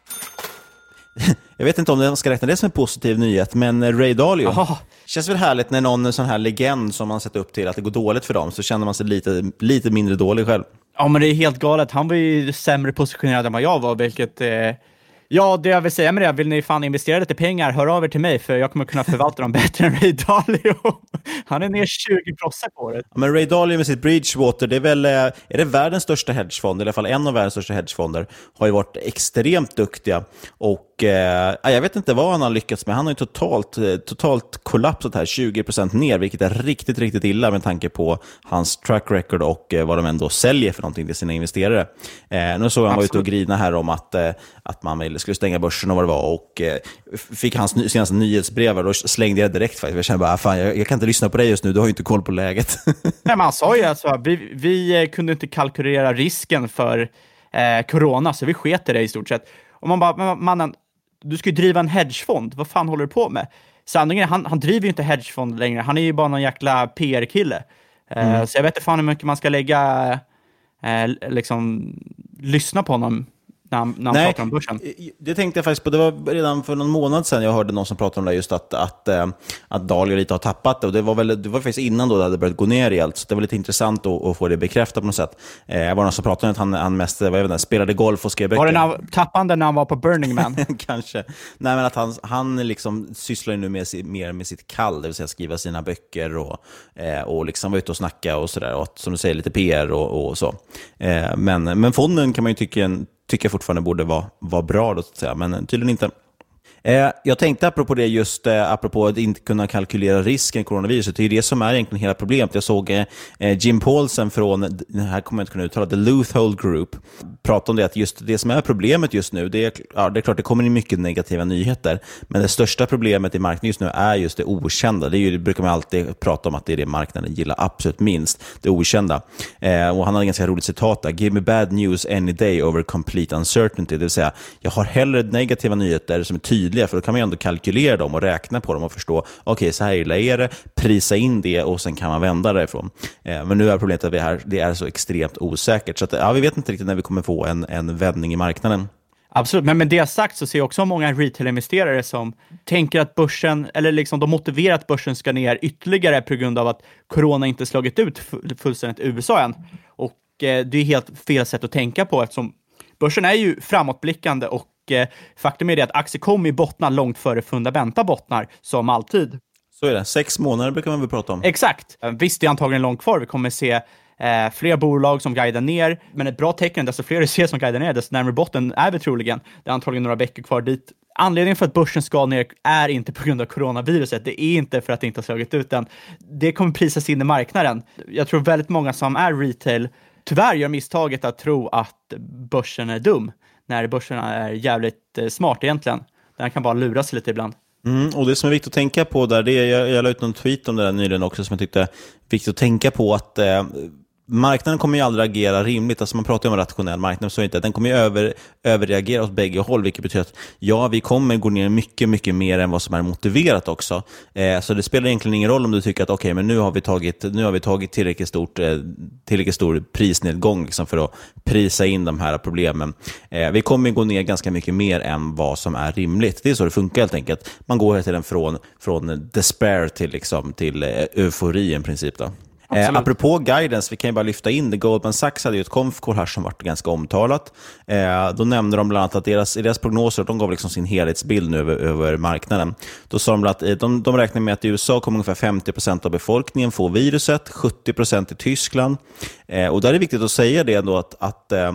Jag vet inte om det ska räkna det som en positiv nyhet, men Ray Dalio. Aha. Känns väl härligt när någon sån här legend som man sett upp till att det går dåligt för dem, så känner man sig lite, lite mindre dålig själv. Ja, men det är helt galet. Han var ju sämre positionerad än vad jag var, vilket... Eh... Ja, det jag vill säga med det, vill ni fan investera lite pengar, hör av er till mig för jag kommer kunna förvalta dem bättre än Ray Dalio. Han är ner tjugo procent på året. Ja, men Ray Dalio med sitt Bridgewater, det är väl är det världens största hedgefond, i alla fall en av världens största hedgefonder, har ju varit extremt duktiga och eh, jag vet inte vad han har lyckats med. Han har ju totalt, totalt kollapsat här, tjugo procent ner, vilket är riktigt, riktigt illa med tanke på hans track record och eh, vad de ändå säljer för någonting till sina investerare. Eh, nu såg han var ute och grina här om att, eh, att man vill skulle stänga börsen och vad det var, och eh, fick hans senaste nyhetsbrev och då slängde jag direkt faktiskt. Jag kände bara, fan, jag, jag kan inte lyssna på dig just nu, du har ju inte koll på läget. Nej, man sa ju alltså, vi, vi kunde inte kalkylera risken för eh, corona, så vi sket i det i stort sett. Och man bara, mannen, du ska ju driva en hedgefond, vad fan håller du på med? Sanningen är, han, han driver ju inte hedgefond längre, han är ju bara någon jäkla P R-kille. Eh, mm. Så jag vet inte fan hur mycket man ska lägga, eh, liksom, lyssna på honom när han, när han Nej, pratar om börsen. Det tänkte jag faktiskt på. Det var redan för någon månad sedan jag hörde någon som pratade om det, just att, att, att Dalio lite har tappat det. Och det var, väl, det var faktiskt innan då det hade börjat gå ner i allt. Så det var lite intressant att, att få det bekräftat på något sätt. Eh, jag var någon som pratade om att han, han mest vad jag vet inte, spelade golf och skrev böcker. Var det när, tappande när han var på Burning Man? Kanske. Nej, men att han, han liksom sysslar nu med, mer med sitt kall, det vill säga skriva sina böcker och, eh, och liksom vara ute och snacka och sådär. Och som du säger, lite P R och, och så. Eh, men, men fonden kan man ju tycka en tycker jag fortfarande borde vara, vara bra då, så att säga, men tydligen inte. Eh, jag tänkte apropå det, just eh, apropå att inte kunna kalkylera risken coronaviruset, det är det som är egentligen hela problemet. Jag såg eh, Jim Paulsen från, den här kommer jag inte kunna uttala, The Loothole Group, prata om det, att just det som är problemet just nu, det är, ja, det är klart det kommer in mycket negativa nyheter, men det största problemet i marknaden just nu är just det okända. Det, är ju, det brukar man alltid prata om, att det är det marknaden gillar absolut minst, det okända. Eh, och han har en ganska roligt citat där: "Give me bad news any day over complete uncertainty", det vill säga, jag har hellre negativa nyheter som är tydliga, för då kan man ju ändå kalkylera dem och räkna på dem och förstå, okej, okay, så här illa är det, prisa in det och sen kan man vända därifrån. Eh, men nu är problemet att vi här, det är så extremt osäkert, så att, ja, vi vet inte riktigt när vi kommer få en, en vändning i marknaden. Absolut, men med det sagt så ser jag också många retail-investerare som tänker att börsen, eller liksom de motiverar att börsen ska ner ytterligare på grund av att corona inte slagit ut fullständigt i U S A än. Och eh, det är helt fel sätt att tänka på, eftersom börsen är ju framåtblickande och eh, faktum är det att aktier kommer i bottna långt före fundamenta bottnar, som alltid. Så är det, sex månader brukar man väl prata om. Exakt, visst det är antagligen långt kvar, vi kommer se Eh, fler bolag som guidar ner, men ett bra tecken, desto fler du ser som guidar ner, desto närmare botten är vi troligen. Det är antagligen några veckor kvar dit. Anledningen för att börsen ska ner är inte på grund av coronaviruset, det är inte för att det inte har slagit ut än. Det kommer prisas in i marknaden. Jag tror väldigt många som är retail tyvärr gör misstaget att tro att börsen är dum, när börsen är jävligt eh, smart egentligen. Den kan bara lura sig lite ibland. Mm, och det som är viktigt att tänka på där, det är, jag, jag la ut någon tweet om det där nyligen också som jag tyckte viktigt att tänka på, att eh, marknaden kommer ju aldrig agera rimligt. Alltså man pratar ju om en rationell marknad, så inte. Den kommer ju över, överreagera åt bägge håll, vilket betyder att ja, vi kommer gå ner mycket, mycket mer än vad som är motiverat också. Eh, så det spelar egentligen ingen roll om du tycker att okej, okay, men nu har vi tagit, nu har vi tagit tillräckligt, stort, eh, tillräckligt stor prisnedgång liksom, för att prisa in de här problemen. Eh, vi kommer gå ner ganska mycket mer än vad som är rimligt. Det är så det funkar helt enkelt. Man går hela tiden från, från despair till, liksom, till eh, eufori i princip då. Eh, apropå guidance, vi kan ju bara lyfta in det. Goldman Sachs hade ju ett konf-call här som varit ganska omtalat. Eh, då nämnde de bland annat att deras, i deras prognoser, de gav liksom sin helhetsbild nu över, över marknaden. Då sa de att eh, de, de räknar med att i U S A kommer ungefär femtio procent av befolkningen få viruset, sjuttio procent i Tyskland. Eh, och där är det viktigt att säga det ändå att, att eh,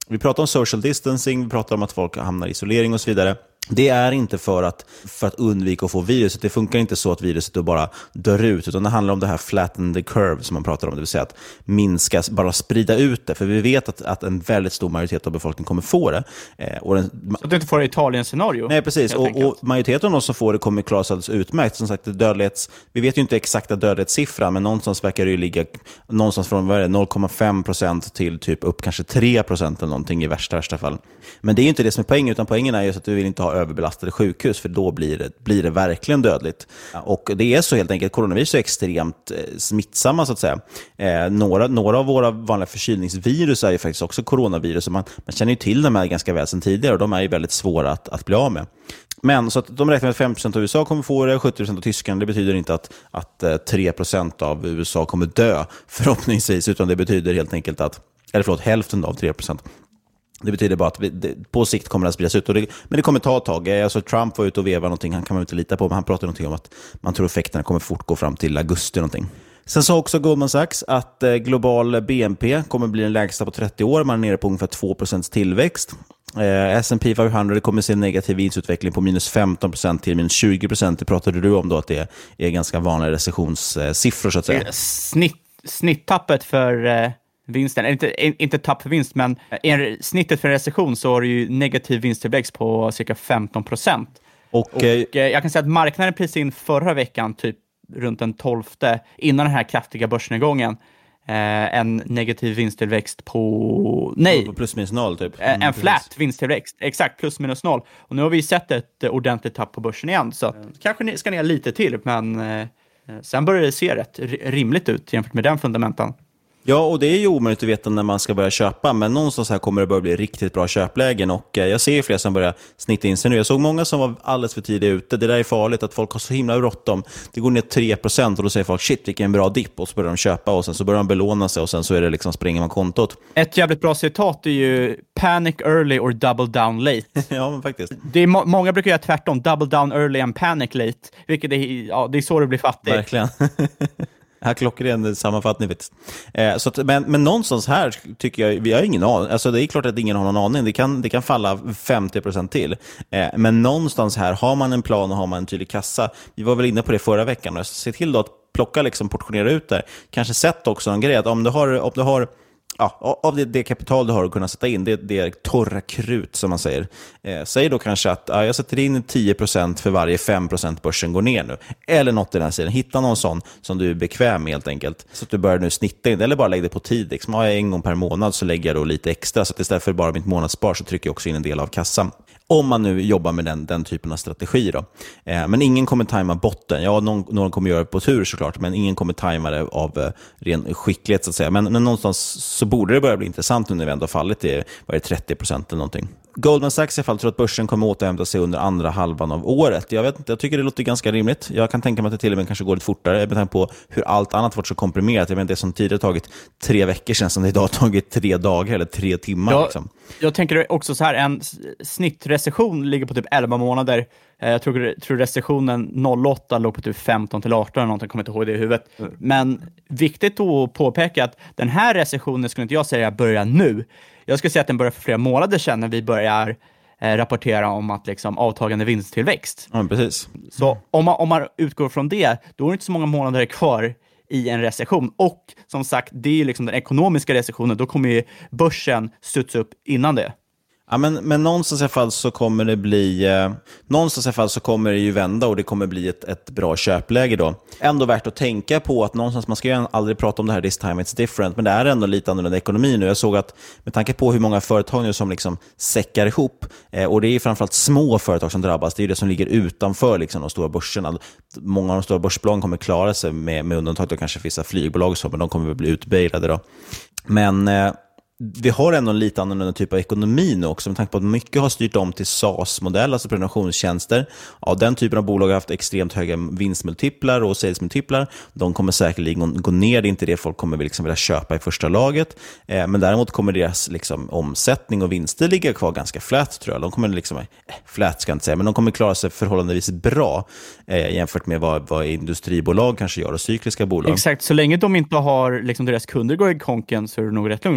Vi pratar om social distancing, vi pratar om att folk hamnar i isolering och så vidare. Det är inte för att, för att undvika att få viruset. Det funkar inte så att viruset då bara dör ut, utan det handlar om det här flatten the curve som man pratar om, det vill säga att minska, bara sprida ut det. För vi vet att, att en väldigt stor majoritet av befolkningen kommer få det. Eh, och den, så att du inte får Italien-scenario? Nej, precis. Och, och majoriteten av de som får det kommer klara sig alldeles utmärkt. Som sagt, dödlighets, vi vet ju inte exakta dödlighetssiffran, men någonstans verkar det ju ligga någonstans från noll komma fem procent till typ upp kanske tre procent eller någonting i värsta, värsta fall. Men det är ju inte det som är poängen, utan poängen är ju att du vill inte ha överbelastade sjukhus, för då blir det, blir det verkligen dödligt. Och det är så helt enkelt, coronavirus är extremt eh, smittsamma så att säga. Eh, några, några av våra vanliga förkylningsvirus är ju faktiskt också coronavirus, och man, man känner ju till dem här ganska väl sedan tidigare, och de är ju väldigt svåra att, att bli av med. Men så att de räknar med att fem procent av U S A kommer få det, sjuttio procent av Tyskland. Det betyder inte att, att eh, tre procent av U S A kommer dö förhoppningsvis, utan det betyder helt enkelt att, eller förlåt, hälften av tre procent. Det betyder bara att vi, det, på sikt kommer det att spridas ut. Och det, men det kommer ta ett tag. Alltså, Trump var ute och vevade någonting, han kan man inte lita på, men han pratade någonting om att man tror effekterna kommer fortgå fram till augusti någonting. Sen sa också Goldman Sachs att eh, global B N P kommer bli den lägsta på trettio år. Man är nere på ungefär två procent tillväxt. Eh, S and P femhundra kommer se en negativ vinstutveckling på minus femton procent till minus tjugo procent. Det pratade du om då, att det är ganska vanliga recessionssiffror så att säga. Snitt, snitttappet för... Eh... vinsten, inte, inte tapp för vinst, men är snittet för en recession så är det ju negativ vinsttillväxt på cirka femton procent. Och, och eh, jag kan säga att marknaden prisade in förra veckan, typ runt den tolfte, innan den här kraftiga börsnedgången, eh, en negativ vinsttillväxt på, nej, på plus minus noll typ. Mm, en en flat vinsttillväxt, exakt, plus minus noll. Och nu har vi sett ett eh, ordentligt tapp på börsen igen, så mm. kanske ni ska ner lite till, men eh, sen börjar det se rätt rimligt ut jämfört med den fundamentan. Ja, och det är ju omöjligt att veta när man ska börja köpa, men någonstans här kommer det börja bli riktigt bra köplägen, och jag ser ju fler som börjar snitta in sig nu. Jag såg många som var alldeles för tidigt ute. Det där är farligt, att folk har så himla bråttom. Det går ner tre procent och då säger folk shit vilken bra dipp, och så börjar de köpa och sen så börjar de belåna sig och sen så är det liksom springer man kontot. Ett jävligt bra citat är ju panic early or double down late. Ja, men faktiskt. Det är må- många brukar göra tvärtom, double down early and panic late, vilket är, ja, det är så det blir fattigt. Verkligen. Här klockren sammanfattning faktiskt. Eh, så att, men, men någonstans här tycker jag, vi har ingen aning. Alltså det är klart att ingen har någon aning. Det kan, det kan falla femtio procent till. Eh, men någonstans här har man en plan och har man en tydlig kassa. Vi var väl inne på det förra veckan. Och se till då att plocka, liksom portionera ut där. Kanske sätt också en grej att om du har, om du har ja, av det, det kapital du har att kunna sätta in, det, det är torra krut som man säger. Eh, säg då kanske att ja, jag sätter in tio procent för varje fem procent börsen går ner nu. Eller något i den här sidan. Hitta någon sån som du är bekväm med helt enkelt. Så att du börjar nu snitta in, eller bara lägga det på tid. Liksom, ja, en gång per månad så lägger jag då lite extra. Så att istället för bara mitt månadsspar så trycker jag också in en del av kassan. Om man nu jobbar med den, den typen av strategi då. Eh, men ingen kommer tajma botten. Ja, någon, någon kommer göra det på tur såklart, men ingen kommer tajma det av eh, ren skicklighet så att säga. Men, men någonstans så borde det börja bli intressant nu när vi ändå har fallit i var det trettio procent eller någonting. Goldman Sachs i alla fall tror att börsen kommer återhämta sig under andra halvan av året. Jag vet inte, jag tycker det låter ganska rimligt. Jag kan tänka mig att det till och med kanske går lite fortare med tanke på hur allt annat varit så komprimerat. Jag vet inte, det som tidigare tagit tre veckor sedan som det idag har tagit tre dagar eller tre timmar. Ja, liksom. Jag tänker också så här, en snittrecession ligger på typ elva månader. Jag tror, tror recessionen noll åtta låg på typ femton till arton eller någonting, kommer inte ihåg det i huvudet. Mm. Men viktigt att påpeka att den här recessionen skulle inte jag säga börjar nu. Jag skulle säga att den börjar för flera månader sedan när vi börjar eh, rapportera om att liksom, avtagande vinsttillväxt. Ja, precis. Så om man, om man utgår från det, då är det inte så många månader kvar i en recession. Och som sagt, det är ju liksom den ekonomiska recessionen. Då kommer ju börsen studsa upp innan det. Ja, men, men någonstans i alla fall så kommer det bli eh, någonstans i alla fall så kommer det ju vända och det kommer bli ett, ett bra köpläge då. Ändå värt att tänka på att någonstans, man ska ju aldrig prata om det här this time it's different, men det är ändå lite annorlunda ekonomi nu. Jag såg att med tanke på hur många företag nu som liksom säckar ihop, eh, och det är framförallt små företag som drabbas, det är ju det som ligger utanför liksom de stora börserna. Många av de stora börsbolagen kommer klara sig med, med undantag och kanske vissa flygbolag så, men de kommer bli utbailade då. Men eh, vi har ändå en lite annan typ av ekonomi nu också, med tanke på att mycket har styrt om till SaaS-modell, alltså prenumerationstjänster. Ja, den typen av bolag har haft extremt höga vinstmultiplar och salesmultiplar. De kommer säkerligen gå ner, det är inte det folk kommer liksom vilja köpa i första laget. Eh, men däremot kommer deras liksom, omsättning och vinster ligga kvar ganska flat, tror jag. De kommer liksom, eh, flat ska jag inte säga, men de kommer klara sig förhållandevis bra eh, jämfört med vad, vad industribolag kanske gör och cykliska bolag. Exakt, så länge de inte har liksom, deras kunder går i konken så är det nog rätt lugnt, för de flesta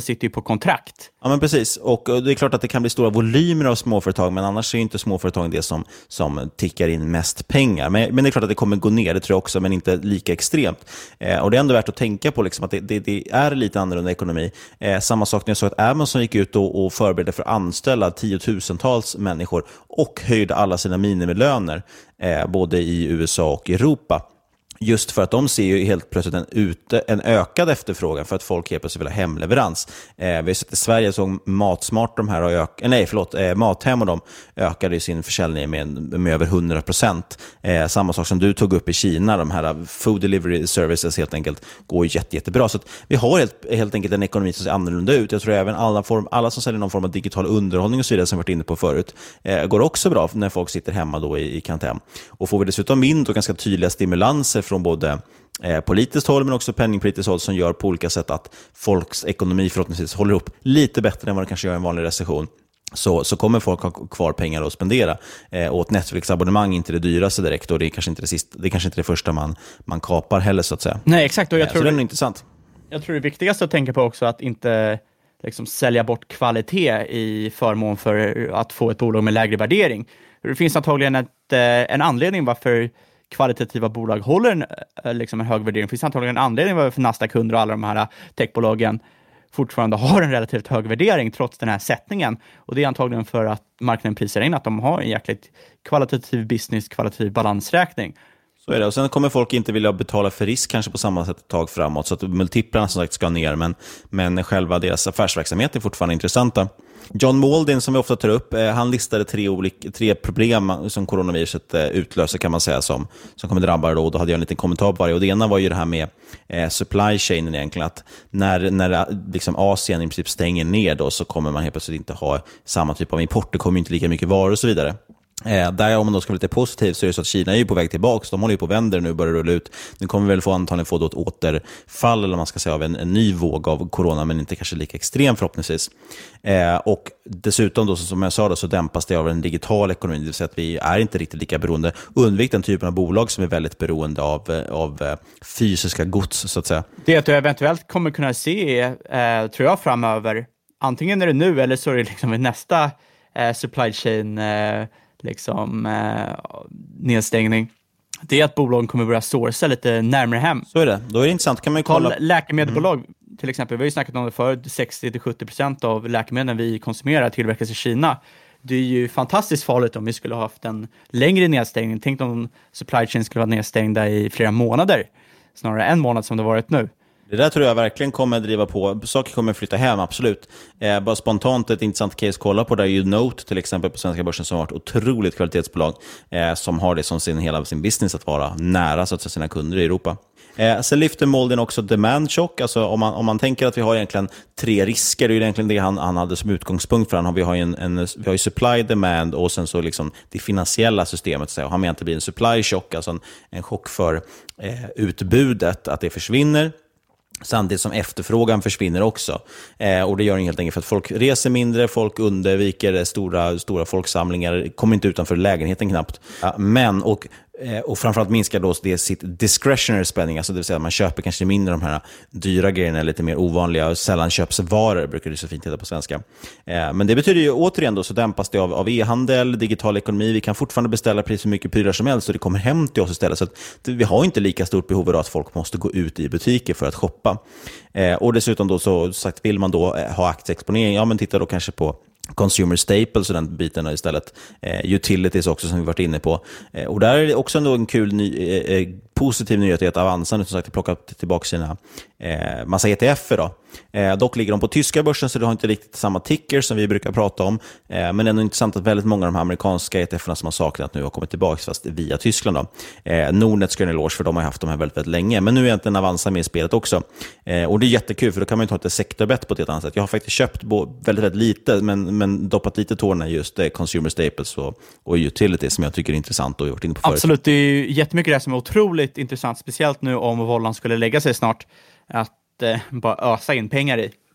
sitter ju på kontrakt. Ja, men precis. Och det är klart att det kan bli stora volymer av småföretag, men annars är inte småföretag det som, som tickar in mest pengar. Men, men det är klart att det kommer gå ner, det tror jag också, men inte lika extremt. Eh, och det är ändå värt att tänka på liksom, att det, det, det är lite annorlunda ekonomi. Eh, samma sak när jag såg att Amazon gick ut och, och förberedde för att anställa tiotusentals människor och höjde alla sina minimilöner, eh, både i U S A och Europa. Just för att de ser ju helt plötsligt en, ute, en ökad efterfrågan för att folk helt plötsligt vill ha hemleverans. Eh, vi har sett i Sverige så Matsmart de här har ök- nej förlåt, eh, Mathem och de ökade sin försäljning med, med över hundra procent. Eh, samma sak som du tog upp i Kina, de här food delivery services helt enkelt går jätte, jättebra. Så att vi har helt, helt enkelt en ekonomi som ser annorlunda ut. Jag tror även alla, form, alla som säljer någon form av digital underhållning och så vidare som vi varit inne på förut eh, går också bra när folk sitter hemma då i, i karantän. Och får vi dessutom in då ganska tydliga stimulanser från både eh, politiskt håll men också penningpolitiskt håll som gör på olika sätt att folks ekonomi förhoppningsvis håller upp lite bättre än vad det kanske gör i en vanlig recession. Så, så kommer folk ha kvar pengar att spendera. Eh, och ett Netflix-abonnemang är inte det dyraste direkt och det är kanske inte det, sista, det, är kanske inte det första man, man kapar heller så att säga. Nej, exakt. Och jag eh, tror så det är det, nog intressant. Jag tror det viktigaste att tänka på också att inte liksom sälja bort kvalitet i förmån för att få ett bolag med lägre värdering. Det finns antagligen ett, en anledning varför kvalitativa bolag håller en, liksom en hög värdering. Det finns antagligen en anledning varför Nasdaq-kunder och alla de här techbolagen fortfarande har en relativt hög värdering trots den här sättningen. Och det är antagligen för att marknaden prisar in att de har en jäkligt kvalitativ business, kvalitativ balansräkning. Så är det. Och sen kommer folk inte vilja betala för risk kanske på samma sätt ett tag framåt. Så att multiplarna som sagt ska ner. Men, men själva deras affärsverksamhet är fortfarande intressanta. John Mauldin som vi ofta tar upp, eh, han listade tre, olika, tre problem som coronaviruset eh, utlöser kan man säga som, som kommer drabba då. Då hade jag en liten kommentar på det. Och det ena var ju det här med eh, supply chainen egentligen. Att när, när liksom Asien i princip stänger ner då så kommer man helt plötsligt inte ha samma typ av import. Det kommer inte lika mycket varor och så vidare. Eh, där om man då ska vara lite positiv så är det så att Kina är ju på väg tillbaka. De håller ju på att vända nu och börjar rulla ut. Nu kommer vi väl få antagligen få då ett återfall eller man ska säga av en, en ny våg av corona men inte kanske lika extrem förhoppningsvis. Eh, och dessutom då som jag sa då så dämpas det av en digital ekonomi. Det vill säga att vi är inte riktigt lika beroende. Undvik den typen av bolag som är väldigt beroende av, av fysiska gods så att säga. Det att du eventuellt kommer kunna se eh, tror jag framöver. Antingen är det nu eller så är det liksom i nästa eh, supply chain eh, liksom eh, nedstängning. Det är att bolagen kommer börja sourca lite närmare hem. Så är det. Då är det intressant. Kan man ju kolla... Läkemedelsbolag mm. till exempel. Vi har ju snackat om det förut. sextio till sjuttio procent av läkemedlen vi konsumerar tillverkas i Kina. Det är ju fantastiskt farligt om vi skulle ha haft en längre nedstängning. Tänk om supply chain skulle vara nedstängda i flera månader. Snarare en månad som det varit nu. Det där tror jag verkligen kommer driva på. Saker kommer flytta hem, absolut. Eh, bara spontant ett intressant case att kolla på där är ju Note till exempel på svenska börsen som har varit otroligt kvalitetsbolag eh, som har det som sin, hela sin business att vara nära så att säga, sina kunder i Europa. Eh, sen lyfter Mauldin också demand shock. Alltså om man, om man tänker att vi har egentligen tre risker, det är ju egentligen det han, han hade som utgångspunkt för han. Vi har ju, en, en, vi har ju supply, demand och sen så liksom det finansiella systemet. Så han menar att det blir en supply shock, alltså en, en chock för eh, utbudet, att det försvinner. Samtidigt som efterfrågan försvinner också. Eh, och det gör det helt enkelt för att folk reser mindre, folk undviker stora, stora folksamlingar, kommer inte utanför lägenheten knappt. Ja, men, och, eh, och framförallt minskar då det sitt discretionary spending, alltså det vill säga att man köper kanske mindre de här dyra grejerna, lite mer ovanliga, sällan köpsvaror, brukar det så fint heta på svenska. Eh, men det betyder ju återigen då så dämpas det av, av e-handel, digital ekonomi, vi kan fortfarande beställa precis hur mycket prylar som helst och det kommer hem till oss istället. Så att vi har inte lika stort behov av att folk måste gå ut i butiker för att shoppa. Eh, och dessutom då så sagt vill man då eh, ha aktieexponering, ja men titta då kanske på consumer staples och den biten istället. Eh, utilities också som vi varit inne på. Eh, och där är det också ändå en kul ny, eh, positiv nyhet att Avanza nu som sagt plockat tillbaka sina eh, massa E T F-er då. Eh, dock ligger de på tyska börsen så det har inte riktigt samma ticker som vi brukar prata om. Eh, men det är ändå intressant att väldigt många av de här amerikanska E T F-erna som har saknat nu har kommit tillbaka fast via Tyskland då. Eh, Nordnet ska en eloge för de har haft de här väldigt, väldigt länge. Men nu är egentligen Avanza med i spelet också. Eh, och det är jättekul för då kan man ju ta ett sektorbett på ett annat sätt. Jag har faktiskt köpt bo- väldigt, väldigt lite men, men doppat lite tårna just eh, consumer staples och, och utilities som jag tycker är intressant och gjort in på förut. Absolut, det är ju jättemycket det som är otroligt intressant. Speciellt nu om Vollan skulle lägga sig snart. Att eh, bara ösa in pengar i.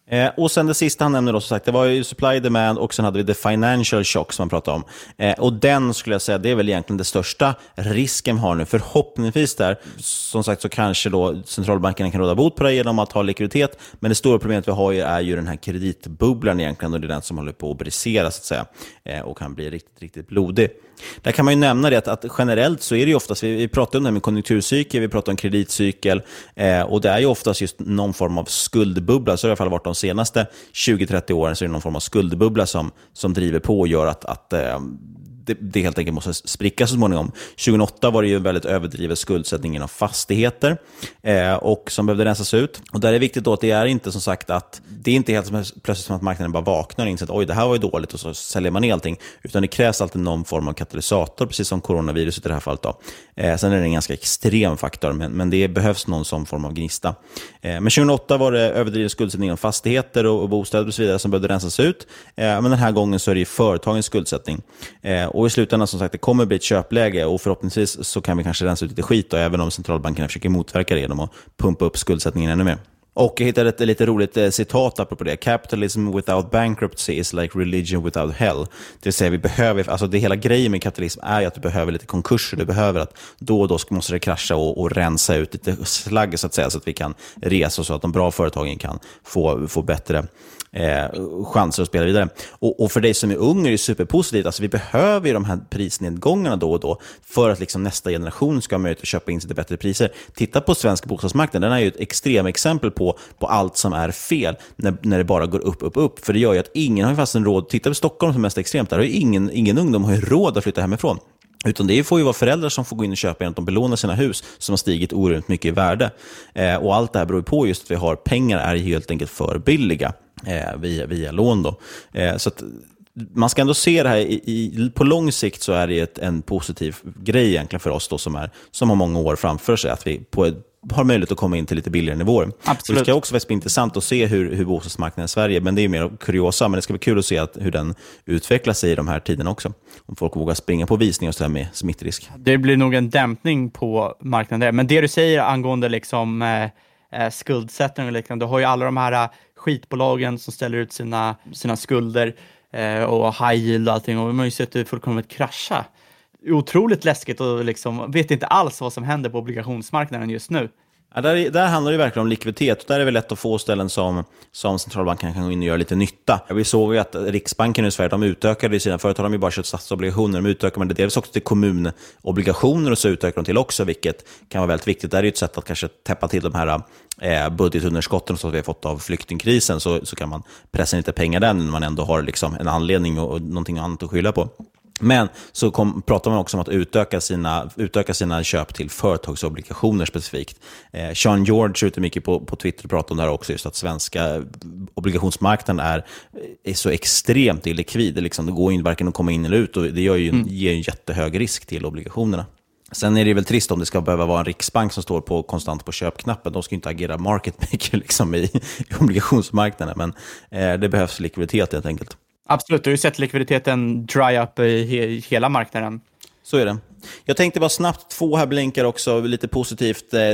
Eh, och sen det sista han nämnde då, som sagt, det var ju supply demand och sen hade vi the financial shock som man pratade om. Eh, och den skulle jag säga, det är väl egentligen det största risken vi har nu. Förhoppningsvis där, som sagt, så kanske då centralbankerna kan råda bot på det genom att ha likviditet. Men det stora problemet vi har ju, är ju den här kreditbubblan egentligen, och det är den som håller på att brisera så att säga. Eh, och kan bli riktigt, riktigt blodig. Där kan man ju nämna det att, att generellt så är det ju oftast, vi, vi pratar om det här med konjunkturcykel, vi pratar om kreditcykel, eh, och det är ju oftast just någon form av skuldbubbla. Så har det i alla fall varit de senaste tjugo till trettio åren, så är det någon form av skuldbubbla som, som driver på och gör att, att eh, det, det helt enkelt måste spricka så småningom. tjugohundraåtta var det ju en väldigt överdriven skuldsättning av fastigheter eh, och som behövde rensas ut. Och där är det viktigt då att det är inte som sagt att det är inte helt som, plötsligt som att marknaden bara vaknar och inser att oj, det här var ju dåligt och så säljer man ner allting. Utan det krävs alltid någon form av katalysator, precis som coronaviruset i det här fallet då. Eh, sen är det en ganska extrem faktor, men, men det behövs någon sån form av gnista. Eh, men tjugohundraåtta var det överdriven skuldsättning av fastigheter och, och bostäder och så vidare som behövde rensas ut. Eh, men den här gången så är det ju företagens skuldsättning. Eh, Och i slutändan som sagt, det kommer bli ett köpläge och förhoppningsvis så kan vi kanske rensa ut lite skit då, även om centralbankerna försöker motverka det genom att pumpa upp skuldsättningen ännu mer. Och jag hittade ett lite roligt eh, citat apropå det. Capitalism without bankruptcy is like religion without hell. Det vill säga, vi behöver, alltså det hela grejen med kapitalism är ju att du behöver lite konkurser. Du behöver att då och då måste det krascha och, och rensa ut lite slagg så att säga, så att vi kan resa så att de bra företagen kan få, få bättre eh, chanser att spela vidare. Och, och för dig som är ung är det superpositivt. Alltså vi behöver ju de här prisnedgångarna då och då för att liksom nästa generation ska ha möjlighet att köpa in sig till bättre priser. Titta på svensk bostadsmarknad. Den är ju ett extremt exempel på på allt som är fel när, när det bara går upp, upp, upp. För det gör ju att ingen har ju fast en råd. Titta på Stockholm som är mest extremt. Där har ju ingen, ingen ungdom har ju råd att flytta hemifrån. Utan det får ju vara föräldrar som får gå in och köpa genom att de belånar sina hus som har stigit oerhört mycket i värde. Eh, och allt det här beror på just att vi har pengar är helt enkelt för billiga eh, via, via lån då. Eh, så att man ska ändå se det här i, i, på lång sikt så är det ett, en positiv grej egentligen för oss då som, är, som har många år framför sig, att vi på ett har möjlighet att komma in till lite billigare nivåer. Absolut. Det ska också vara intressant att se hur, hur bostadsmarknaden i Sverige, men det är mer kuriosa, men det ska bli kul att se att, hur den utvecklar sig i de här tiderna också. Om folk vågar springa på visningar och så där med smittrisk. Det blir nog en dämpning på marknaden där. Men det du säger angående liksom, eh, skuldsättning och liknande, du har ju alla de här eh, skitbolagen som ställer ut sina, sina skulder eh, och high yield och allting, och man har ju sett hur folk kommer att krascha. Otroligt läskigt och liksom vet inte alls vad som händer på obligationsmarknaden just nu. Ja, där, där handlar det verkligen om likviditet, och där är det väl lätt att få ställen som, som centralbanken kan gå in och göra lite nytta. Vi såg ju att Riksbanken i Sverige, de utökade sina företag, de har ju bara köpt statsobligationer, de utökar men det delvis också till kommunobligationer, och så utökar de till också, vilket kan vara väldigt viktigt. Det är ju ett sätt att kanske täppa till de här eh, budgetunderskotten som vi har fått av flyktingkrisen, så, så kan man pressa lite pengar där när man ändå har liksom en anledning och, och någonting annat att skylla på. Men så kom, pratar man också om att utöka sina, utöka sina köp till företagsobligationer specifikt. Eh, Sean George ute mycket på, på Twitter och pratar om det här också, just att svenska obligationsmarknaden är, är så extremt illikvid. Liksom, det går ju varken att komma in eller ut, och det gör ju, mm. ger en jättehög risk till obligationerna. Sen är det väl trist om det ska behöva vara en riksbank som står på konstant på köpknappen. De ska inte agera market maker liksom i, i obligationsmarknaden, men eh, det behövs likviditet helt enkelt. Absolut, du har ju sett likviditeten dry up i he- hela marknaden. Så är det. Jag tänkte bara snabbt två här blinkar också, lite positivt eh,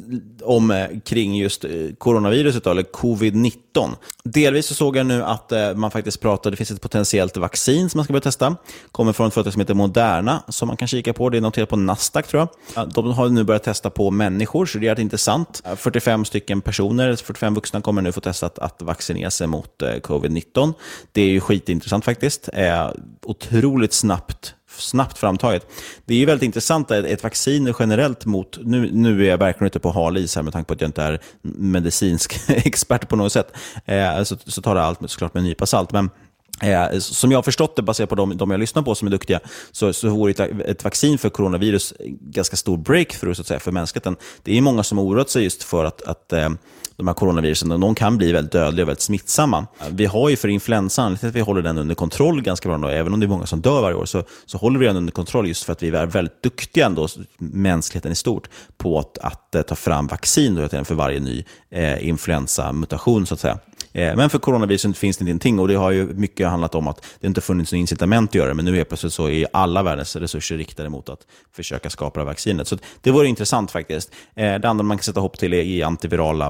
om eh, kring just eh, coronaviruset då, eller covid nitton. Delvis så såg jag nu att eh, man faktiskt pratar, det finns ett potentiellt vaccin som man ska börja testa. Kommer från ett företag som heter Moderna som man kan kika på, det är noterat på Nasdaq tror jag. De har nu börjat testa på människor, så det är intressant. fyrtiofem stycken personer, fyrtiofem vuxna kommer nu få testa att, att vaccinera sig mot eh, covid nitton. Det är ju skitintressant faktiskt. Eh, otroligt snabbt snabbt framtaget. Det är ju väldigt intressant att ett vaccin generellt mot, nu, nu är jag verkligen inte på halis här med tanke på att jag inte är medicinsk expert på något sätt, eh, så, så tar det allt med, såklart med en nypa salt, men Eh, som jag har förstått det, baserat på de, de jag lyssnar på som är duktiga, så, så vore ett, ett vaccin för coronavirus ganska stor breakthrough så att säga, för mänskligheten. Det är många som har oroat sig just för att, att eh, de här coronavirusen, de kan bli väldigt dödliga och väldigt smittsamma. Vi har ju för influensan, att vi håller den under kontroll ganska bra då, även om det är många som dör varje år, så, så håller vi den under kontroll just för att vi är väldigt duktiga ändå, mänskligheten i stort, på att, att, att ta fram vaccin då, för varje ny eh, influensamutation så att säga. Men för coronaviruset finns det ingenting, och det har ju mycket handlat om att det inte funnits någon incitament att göra det, men nu är plötsligt så är alla världens resurser riktade mot att försöka skapa det vaccinet. Så det vore intressant faktiskt. Det andra man kan sätta hopp till är antivirala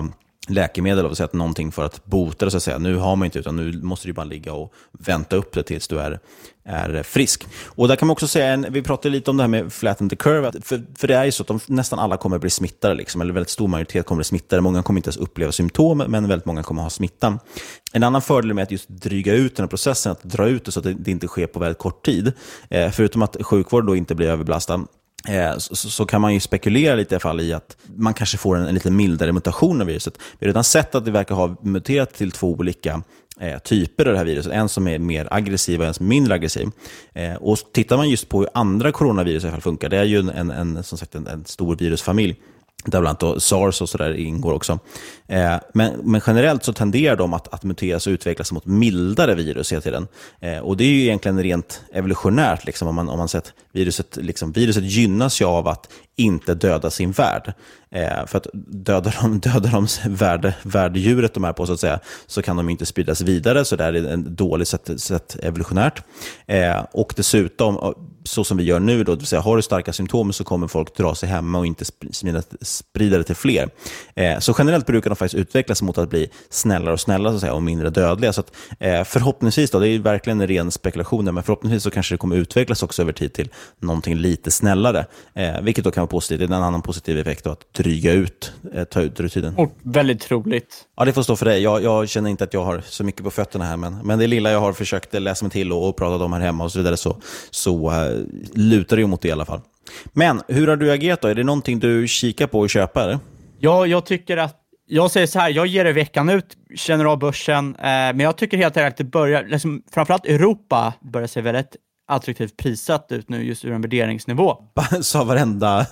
läkemedel, och säga någonting för att bota det, så att säga. Nu har man inte, utan nu måste du bara ligga och vänta upp det tills du är, är frisk. Och där kan man också säga, en, vi pratade lite om det här med flatten the curve, för, för det är ju så att de, nästan alla kommer bli smittade, liksom, eller väldigt stor majoritet kommer bli smittade. Många kommer inte ens uppleva symptom, men väldigt många kommer ha smittan. En annan fördel med att just dryga ut den här processen, att dra ut det så att det, det inte sker på väldigt kort tid, eh, förutom att sjukvården då inte blir överbelastad, Så, så kan man ju spekulera lite i alla fall i att man kanske får en, en lite mildare mutation av viruset. Vi har redan sett att det verkar ha muterat till två olika eh, typer av det här viruset. En som är mer aggressiv och en som är mindre aggressiv. Eh, och tittar man just på hur andra coronavirus i alla fall funkar, det är ju en, en, som sagt en, en stor virusfamilj, där bland annat SARS och sådär ingår också. Eh, men, men generellt så tenderar de att, att muteras och utvecklas mot mildare virus hela tiden. Eh, och det är ju egentligen rent evolutionärt, liksom, om man, om man sett viruset, liksom, viruset gynnas ju av att inte döda sin värld. Eh, för att döda de, döda de värde, värddjuret de är på, så att säga, så kan de inte spridas vidare, så det är en dålig sätt, sätt evolutionärt. Eh, och dessutom, så som vi gör nu då, det vill säga, har du starka symptom så kommer folk dra sig hemma och inte sprida det till fler. Eh, så generellt brukar de faktiskt utvecklas mot att bli snällare och snällare, så att säga, och mindre dödliga. Så att, eh, förhoppningsvis då, det är verkligen en ren spekulation, men förhoppningsvis så kanske det kommer utvecklas också över tid till någonting lite snällare, eh, vilket då kan vara positivt. Det är en annan positiv effekt då, att dryga ut, eh, ta ut rutinen. Och väldigt troligt. Ja, det får stå för dig. Jag, jag känner inte att jag har så mycket på fötterna här, men, men det lilla jag har försökt läsa mig till och, och pratat om här hemma och så vidare, så, så uh, lutar det ju mot det i alla fall. Men hur har du agerat då? Är det någonting du kikar på och köper? Eller? Ja, jag tycker att, jag säger så här, jag ger det veckan ut, känner av börsen, eh, men jag tycker helt enkelt att det börjar, liksom, framförallt Europa börjar se väldigt attraktivt prissatt ut nu just ur en värderingsnivå. Sa varenda,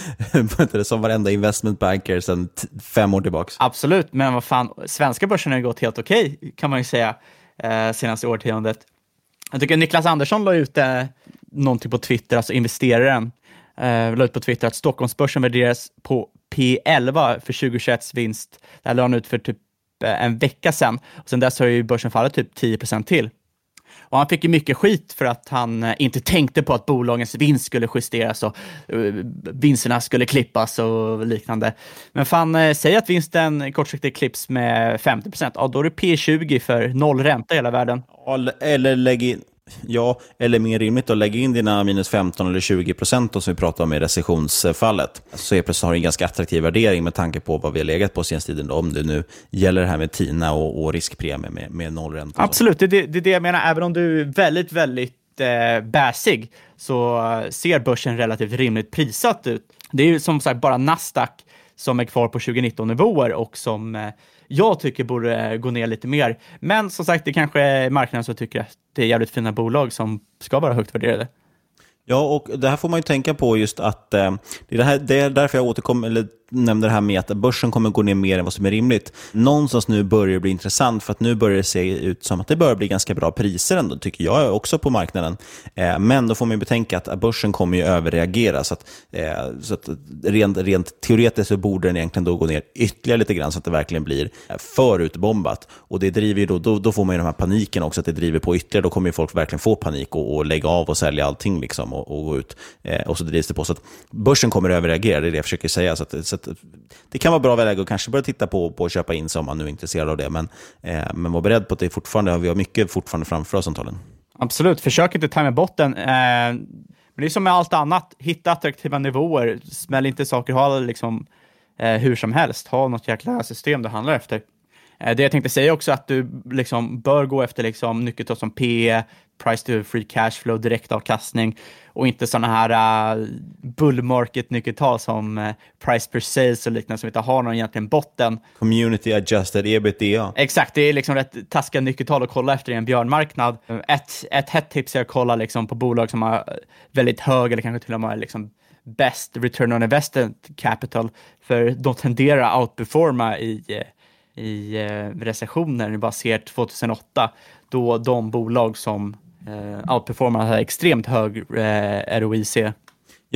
som varenda investment banker sedan t- fem år tillbaks. Absolut, men vad fan, svenska börsen har gått helt okej, okay, kan man ju säga, eh, senaste årtiondet. Jag tycker Niklas Andersson la ut eh, någonting på Twitter, alltså investeraren, eh, la ut på Twitter att Stockholmsbörsen värderas på P elva för tjugohundratjugoett vinst. Det här la han ut för typ eh, en vecka sedan. Och sen dess har ju börsen fallit typ tio procent till. Och han fick ju mycket skit för att han eh, inte tänkte på att bolagens vinst skulle justeras och uh, vinsterna skulle klippas och liknande. Men fan, eh, säg att vinsten kortsiktigt klipps med femtio procent. Ja, då är det P tjugo för noll ränta i hela världen. Eller lägg in, ja, eller mer rimligt att lägga in dina minus femton eller tjugo procent som vi pratar om i recessionsfallet. Så är plötsligt har en ganska attraktiv värdering med tanke på vad vi har legat på senaste tiden. Om det nu gäller det här med TINA och, och riskpremie med, med nollränta. Absolut, det, det, det är det jag menar. Även om du är väldigt, väldigt eh, bäsig så ser börsen relativt rimligt prissatt ut. Det är ju som sagt bara Nasdaq som är kvar på tjugonitton-nivåer och som eh, jag tycker borde gå ner lite mer. Men som sagt, det kanske är marknaden som tycker att det är jävligt fina bolag som ska vara högt värderade. Ja, och det här får man ju tänka på just att eh, det, är det, här, det är därför jag återkommer, eller nämnde det här med att börsen kommer gå ner mer än vad som är rimligt. Någonstans nu börjar det bli intressant, för att nu börjar det se ut som att det börjar bli ganska bra priser ändå, tycker jag också på marknaden. Eh, men då får man ju betänka att börsen kommer ju överreagera, så att, eh, så att rent, rent teoretiskt så borde den egentligen då gå ner ytterligare lite grann så att det verkligen blir för utbombat. Och det driver ju då, då, då får man ju de här paniken också, att det driver på ytterligare. Då kommer ju folk verkligen få panik och, och lägga av och sälja allting liksom och, och gå ut. Eh, och så drivs det på. Så att börsen kommer överreagera, det är det jag försöker säga. Så att, så att det kan vara bra läge att kanske börja titta på, på att köpa in sig om man nu är intresserad av det. Men, eh, men var beredd på att det fortfarande, vi har mycket fortfarande framför oss antagligen. Absolut, försök inte ta med botten. Eh, men det är som med allt annat. Hitta attraktiva nivåer. Smäll inte saker, ha liksom, eh, hur som helst. Ha något jäkla system du handlar efter. Eh, det jag tänkte säga också att du liksom bör gå efter liksom, nyckeltal som P E, price to free cash flow, direktavkastning och inte sådana här uh, bull market nyckeltal som uh, price per sales och liknande som inte har någon egentligen botten. Community adjusted ebitda. Exakt, det är liksom rätt taskiga nyckeltal att kolla efter i en björnmarknad. Ett, ett hett tips är att kolla liksom på bolag som har väldigt hög eller kanske till och med liksom best return on invested capital, för de tenderar att outperforma i, i uh, recessioner. Ni bara ser tjugohundraåtta då de bolag som Uh, outperformar har extremt hög uh, R O I C.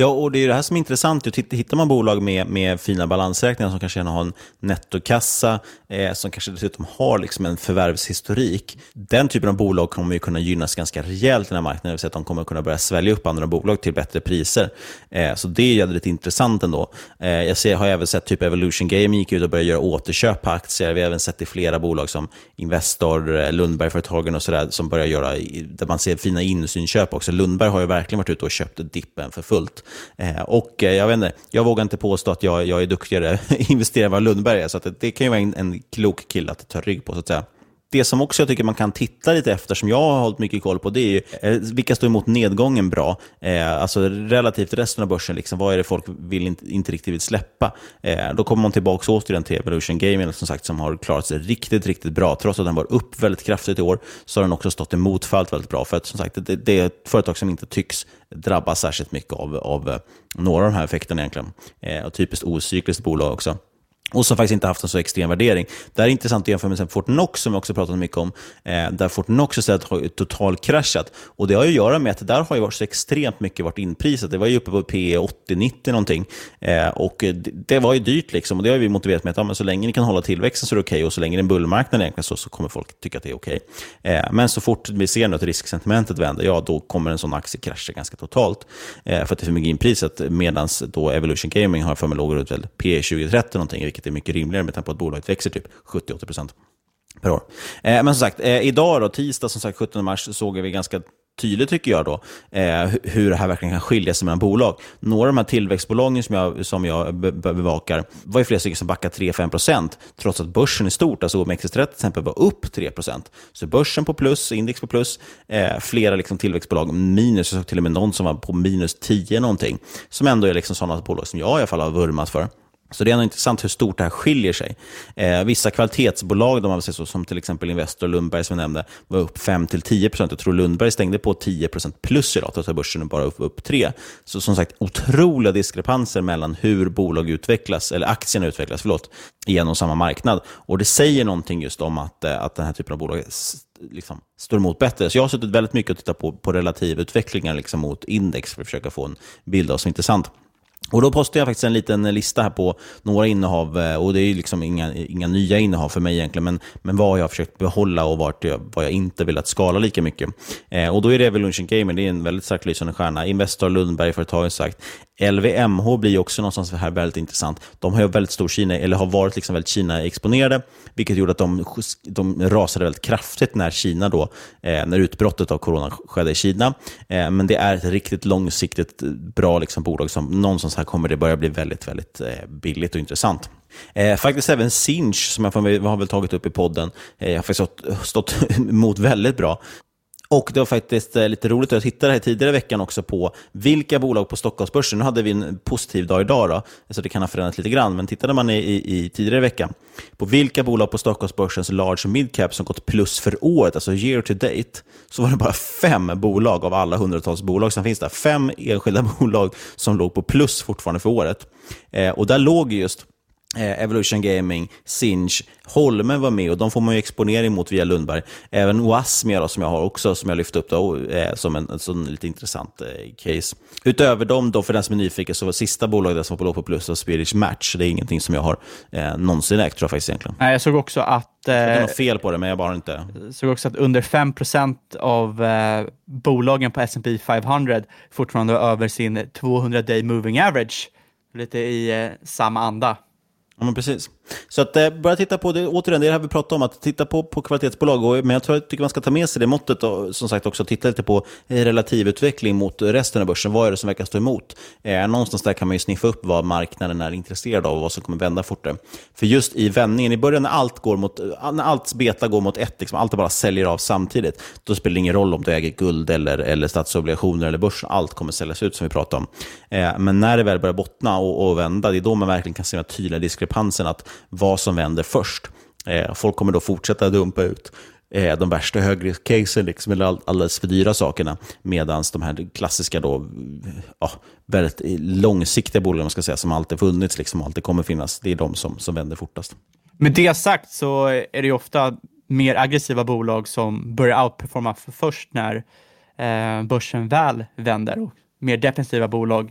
Ja, och det är det här som är intressant. Hittar man bolag med, med fina balansräkningar som kanske har en nettokassa, eh, som kanske dessutom har liksom en förvärvshistorik, den typen av bolag kommer ju kunna gynnas ganska rejält i den här marknaden. Det vill säga att de kommer kunna börja svälja upp andra bolag till bättre priser. Eh, så det är ju lite intressant ändå. Eh, jag ser, har även sett typ Evolution Game gick ut och började göra återköp på aktier. Vi har även sett i flera bolag som Investor, Lundberg-företagen och sådär som börjar göra, där man ser fina insynsköp också. Lundberg har ju verkligen varit ute och köpt dippen för fullt. Eh, och eh, jag vet inte, jag vågar inte påstå att jag, jag är duktigare investerare än vad Lundberg är, så att det, det kan ju vara en, en klok kille att ta rygg på, så att säga. Det som också jag tycker man kan titta lite efter, som jag har hållit mycket koll på, det är ju eh, vilka står emot nedgången bra. Eh, alltså relativt resten av börsen, liksom, vad är det folk vill inte, inte riktigt vill släppa. Eh, då kommer man tillbaka återigen till Evolution Gaming, som sagt, som har klarat sig riktigt, riktigt bra. Trots att den var upp väldigt kraftigt i år, så har den också stått emot fallet väldigt bra. För att som sagt, det, det är ett företag som inte tycks drabbas särskilt mycket av, av några av de här effekterna egentligen. Eh, och typiskt ocykliskt bolag också. Och som faktiskt inte haft en så extrem värdering. Det är intressant att jämföra med Fortnox, som vi också pratat mycket om. Eh, där Fortnox istället har totalt kraschat. Och det har ju att göra med att det där har ju varit så extremt mycket varit inprisat. Det var ju uppe på P E åttio nittio någonting. Eh, och det, det var ju dyrt liksom. Och det har vi motiverat med att ja, men så länge ni kan hålla tillväxten så är det okej. Okay, och så länge det är en bullmarknad egentligen så, så kommer folk tycka att det är okej. Okay. Eh, men så fort vi ser nu att risksentimentet vänder, ja då kommer en sån aktie krascha ganska totalt. Eh, för att det är för mycket inprisat. Medan då Evolution Gaming har för mig låg ut väl P E tjugo trettio någonting, vilket är mycket rimligare med tanke på att bolaget växer typ sjuttio till åttio procent per år. Eh, men som sagt, eh, idag då, tisdag som sagt sjuttonde mars, såg vi ganska tydligt tycker jag då eh, hur det här verkligen kan skilja sig mellan bolag. Några av de här tillväxtbolagen som jag, som jag be- bevakar var ju flera stycken som backade tre till fem procent trots att börsen är stort. Alltså O M X S trettio till exempel var upp tre procent. Så börsen på plus, index på plus, eh, flera liksom tillväxtbolag minus, jag såg till och med någon som var på minus tio någonting. Som ändå är liksom sådana bolag som jag i alla fall har vurmat för. Så det är ändå intressant hur stort det här skiljer sig. Eh, vissa kvalitetsbolag, de har så, som till exempel Investor och Lundberg som jag nämnde, var upp fem till tio procent. Jag tror Lundberg stängde på tio procent plus idag, trots att börsen bara upp, upp tre procent. Så som sagt, otroliga diskrepanser mellan hur bolag utvecklas, eller aktierna utvecklas, förlåt, genom samma marknad. Och det säger någonting just om att, att den här typen av bolag liksom står emot bättre. Så jag har suttit väldigt mycket och tittat på, på relativutvecklingar liksom mot index för att försöka få en bild av som är intressant. Och då postar jag faktiskt en liten lista här på några innehav, och det är ju liksom inga, inga nya innehav för mig egentligen, men, men vad jag har försökt behålla och vart jag, vad jag inte vill att skala lika mycket. Eh, och då är det Evolution Gaming, det är en väldigt stark lysande stjärna. Investor, Lundberg, företaget sagt. L V M H blir också någonstans här väldigt intressant. De har ju väldigt stor Kina, eller har varit liksom väldigt Kina-exponerade, vilket gjorde att de, de rasade väldigt kraftigt när Kina då, eh, när utbrottet av corona skedde i Kina. Eh, men det är ett riktigt långsiktigt bra liksom bolag som någonstans här kommer det börja bli väldigt, väldigt eh, billigt och intressant. Eh, faktiskt även Sinch, som jag har väl tagit upp i podden, eh, har faktiskt stått, stått emot väldigt bra. Och det var faktiskt eh, lite roligt att jag tittade här tidigare i veckan också på vilka bolag på Stockholmsbörsen. Nu hade vi en positiv dag idag då, så det kan ha förändrats lite grann. Men tittade man i, i, i tidigare i veckan på vilka bolag på Stockholmsbörsens large och midcap som gått plus för året, alltså year to date, så var det bara fem bolag av alla hundratals bolag som finns där. Fem enskilda bolag som låg på plus fortfarande för året. Eh, och där låg just Eh, Evolution Gaming, Sinch, Holmen var med, och de får man ju exponering mot via Lundberg. Även Oasmia då, som jag har också, som jag lyft upp då, eh, som en, en sån lite intressant eh, case. Utöver dem då, för den som är nyfiken, så var sista bolaget där som var på låg på plus och Swedish Match. Det är ingenting som jag har eh, någonsin ägt, tror jag faktiskt egentligen. Nej, jag såg också att eh, det är något fel på det, men jag bara inte. Jag såg också att under fem procent av eh, bolagen på S and P femhundra fortfarande över sin tvåhundra day moving average. Lite i eh, samma anda. Ja, men precis. Så att eh, börja titta på det, återigen, det är det här vi pratar om, att titta på, på kvalitetsbolag. Och, men jag tror jag tycker man ska ta med sig det måttet och som sagt också titta lite på relativutveckling mot resten av börsen. Vad är det som verkar stå emot? Eh, någonstans där kan man ju sniffa upp vad marknaden är intresserad av och vad som kommer vända fortare. För just i vändningen, i början när allt går mot, när allt beta går mot ett, liksom, allt bara säljer av samtidigt, då spelar det ingen roll om du äger guld eller, eller statsobligationer eller börs. Allt kommer säljas ut som vi pratar om. Eh, men när det väl börjar bottna och, och vända, det är då man verkligen kan se den tydliga diskrepansen att vad som vänder först. Eh, folk kommer då fortsätta dumpa ut eh, de värsta högre casen, liksom, eller all, alldeles för dyra sakerna, medan de här klassiska då, ja, väldigt långsiktiga bolagen, man ska säga, som alltid funnits, liksom, alltid kommer finnas, det är de som, som vänder fortast. Med det sagt så är det ju ofta mer aggressiva bolag som börjar outperforma för först när eh, börsen väl vänder, och mer defensiva bolag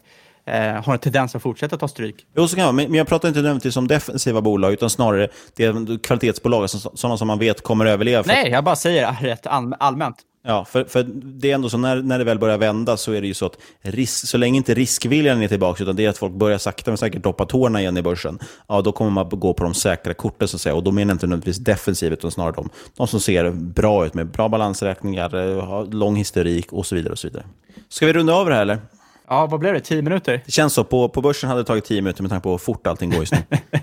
eh, har en tendens att fortsätta ta stryk. Jo, så kan man, men jag pratar inte nödvändigtvis om defensiva bolag utan snarare det kvalitetsbolag, alltså, sådana som man vet kommer överleva. Nej, jag bara säger rätt all- allmänt. Ja, för, för det är ändå så när, när det väl börjar vända så är det ju så att risk, så länge inte riskviljan är tillbaka utan det är att folk börjar sakta men säkert droppa tårna igen i börsen, ja då kommer man gå på de säkra korten så att säga, och då menar jag inte nödvändigtvis defensivt utan snarare de, de som ser bra ut med bra balansräkningar, har lång historik och så vidare och så vidare. Ska vi runda av det här eller? Ja, vad blev det? Tio minuter? Det känns så. På, på börsen hade det tagit tio minuter med tanke på hur fort allting går just nu.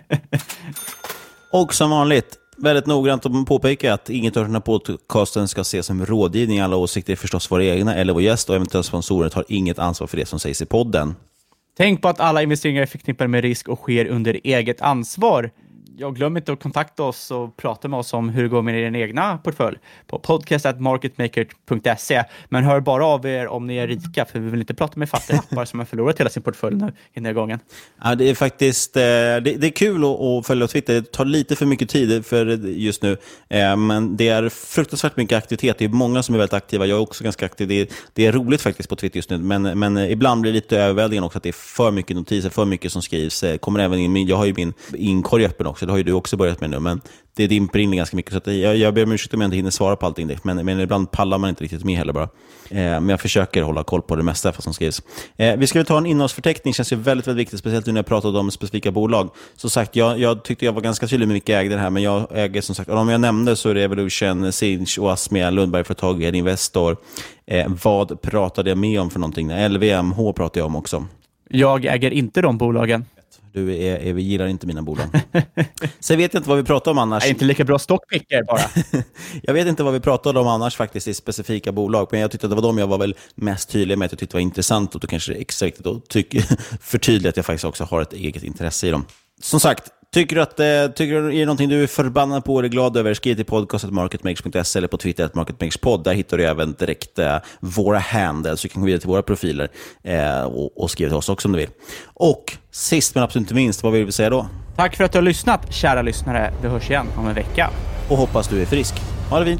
Och som vanligt, väldigt noggrant att påpeka att inget av den här podcasten ska ses som rådgivning. Alla åsikter är förstås våra egna eller vår gäst och eventuella sponsorer tar inget ansvar för det som sägs i podden. Tänk på att alla investeringar är förknippade med risk och sker under eget ansvar. Jag glöm inte att kontakta oss och prata med oss om hur det går med din egna portfölj på podcast at marketmaker punkt se. Men hör bara av er om ni är rika, för vi vill inte prata med fattiga bara som har förlorat hela sin portfölj nu i den här gången. Ja, det är faktiskt det, det är kul att, att följa Twitter. Det tar lite för mycket tid för just nu, men det är fruktansvärt mycket aktivitet. Det är många som är väldigt aktiva. Jag är också ganska aktiv. Det är, det är roligt faktiskt på Twitter just nu, men, men ibland blir det lite överväldigande också att det är för mycket notiser, för mycket som skrivs. Kommer även in, jag har ju min inkorg öppen också. Det har ju du också börjat med nu, men det dimper in ganska mycket så att jag, jag ber om ursäkt om jag inte hinner svara på allting, men, men ibland pallar man inte riktigt med heller bara. Eh, men jag försöker hålla koll på det mesta som skrivs. Eh, vi ska väl ta en innehållsförteckning, känns ju väldigt, väldigt viktigt, speciellt nu när jag pratade om specifika bolag. Så sagt, jag, jag tyckte jag var ganska tydlig med vilka jag ägde det här, men jag äger som sagt, och om jag nämnde så är det Evolution, Sinch och Asmia, Lundberg-företag, Investor. Eh, vad pratade jag med om för någonting? L V M H pratade jag om också. Jag äger inte de bolagen. Du är, är, vi gillar inte mina bolag. Sen vet jag inte vad vi pratar om annars. Jag är inte lika bra stockpicker bara. Jag vet inte vad vi pratade om annars faktiskt i specifika bolag. Men jag tyckte att det var de jag var väl mest tydlig med att jag tyckte var intressant. Och då kanske det är extra viktigt att tycka, förtydliga att jag faktiskt också har ett eget intresse i dem. Som sagt, tycker du att eh, tycker du är någonting du är förbannad på eller glad över, skriv till podcast at marketmakers punkt se eller på Twitter at marketmakerspod. Där hittar du även direkt eh, våra handles, så du kan gå vidare till våra profiler eh, och, och skriva till oss också om du vill. Och sist men absolut inte minst, vad vill vi säga då? Tack för att du har lyssnat, kära lyssnare. Vi hörs igen om en vecka. Och hoppas du är frisk. Ha det fint.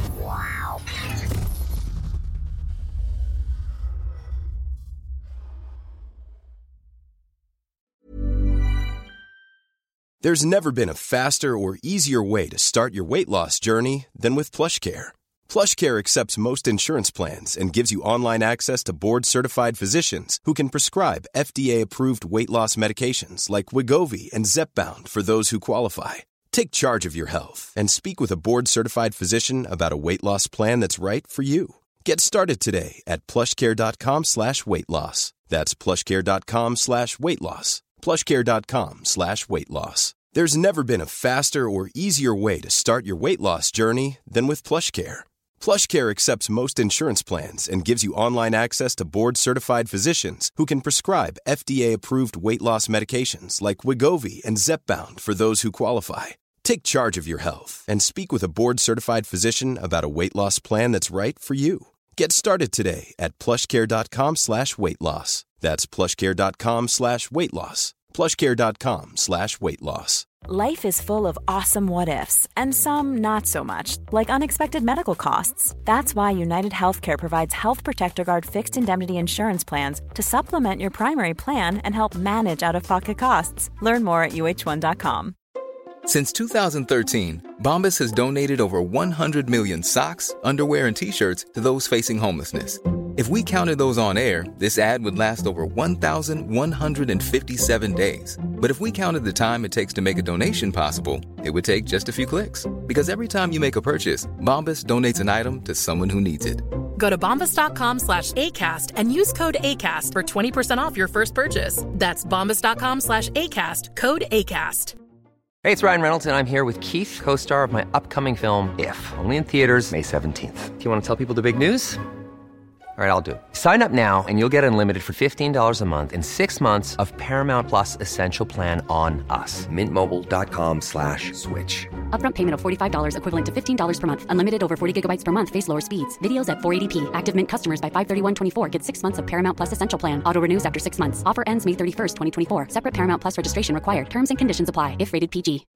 There's never been a faster or easier way to start your weight loss journey than with PlushCare. PlushCare accepts most insurance plans and gives you online access to board-certified physicians who can prescribe F D A-approved weight loss medications like Wegovy and Zepbound for those who qualify. Take charge of your health and speak with a board-certified physician about a weight loss plan that's right for you. Get started today at plushcare.com slash weight loss. That's plushcare.com slash weight loss. plushcare.com slash weight loss. There's never been a faster or easier way to start your weight loss journey than with PlushCare. PlushCare accepts most insurance plans and gives you online access to board-certified physicians who can prescribe F D A-approved weight loss medications like Wegovy and Zepbound for those who qualify. Take charge of your health and speak with a board-certified physician about a weight loss plan that's right for you. Get started today at plushcare.com slash weight loss. That's plushcare.com slash weight loss. plushcare.com slash weight loss. Life is full of awesome what-ifs, and some not so much, like unexpected medical costs. That's why United Healthcare provides Health Protector Guard fixed indemnity insurance plans to supplement your primary plan and help manage out-of-pocket costs. Learn more at U H one dot com. Since two thousand thirteen, Bombas has donated over one hundred million socks, underwear, and T-shirts to those facing homelessness. If we counted those on air, this ad would last over one thousand one hundred fifty-seven days. But if we counted the time it takes to make a donation possible, it would take just a few clicks. Because every time you make a purchase, Bombas donates an item to someone who needs it. Go to bombas.com slash ACAST and use code ACAST for twenty percent off your first purchase. That's bombas.com slash ACAST, code ACAST. Hey, it's Ryan Reynolds, and I'm here with Keith, co-star of my upcoming film, If, only in theaters May seventeenth. Do you want to tell people the big news? All right, I'll do it. Sign up now and you'll get unlimited for fifteen dollars a month and six months of Paramount Plus Essential Plan on us. Mint Mobile dot com slash switch. Upfront payment of forty-five dollars equivalent to fifteen dollars per month. Unlimited over forty gigabytes per month. Face lower speeds. Videos at four eighty p. Active Mint customers by five thirty-one twenty-four get six months of Paramount Plus Essential Plan. Auto renews after six months. Offer ends May thirty-first, twenty twenty-four. Separate Paramount Plus registration required. Terms and conditions apply if rated P G.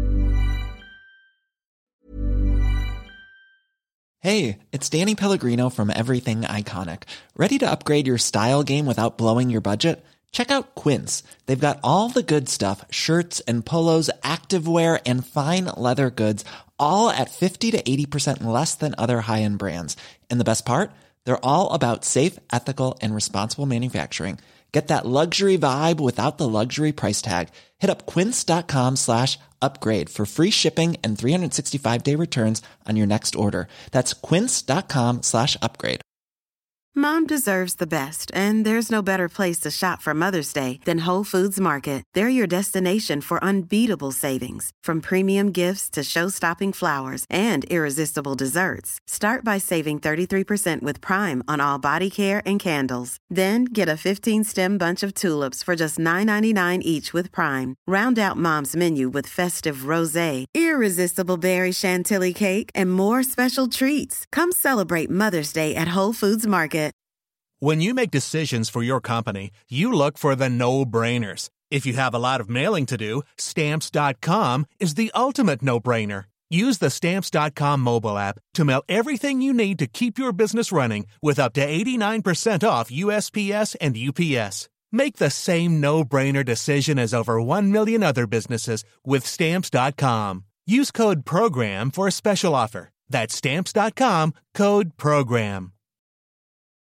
Hey, it's Danny Pellegrino from Everything Iconic. Ready to upgrade your style game without blowing your budget? Check out Quince. They've got all the good stuff, shirts and polos, activewear, and fine leather goods, all at fifty to eighty percent less than other high-end brands. And the best part? They're all about safe, ethical, and responsible manufacturing. Get that luxury vibe without the luxury price tag. Hit up quince.com slash upgrade for free shipping and three sixty-five day returns on your next order. That's quince.com slash upgrade. Mom deserves the best, and there's no better place to shop for Mother's Day than Whole Foods Market. They're your destination for unbeatable savings, from premium gifts to show-stopping flowers and irresistible desserts. Start by saving thirty-three percent with Prime on all body care and candles. Then get a fifteen-stem bunch of tulips for just nine ninety-nine each with Prime. Round out Mom's menu with festive rosé, irresistible berry chantilly cake, and more special treats. Come celebrate Mother's Day at Whole Foods Market. When you make decisions for your company, you look for the no-brainers. If you have a lot of mailing to do, Stamps dot com is the ultimate no-brainer. Use the Stamps dot com mobile app to mail everything you need to keep your business running with up to eighty-nine percent off U S P S and U P S. Make the same no-brainer decision as over one million other businesses with Stamps dot com. Use code PROGRAM for a special offer. That's Stamps dot com, code PROGRAM.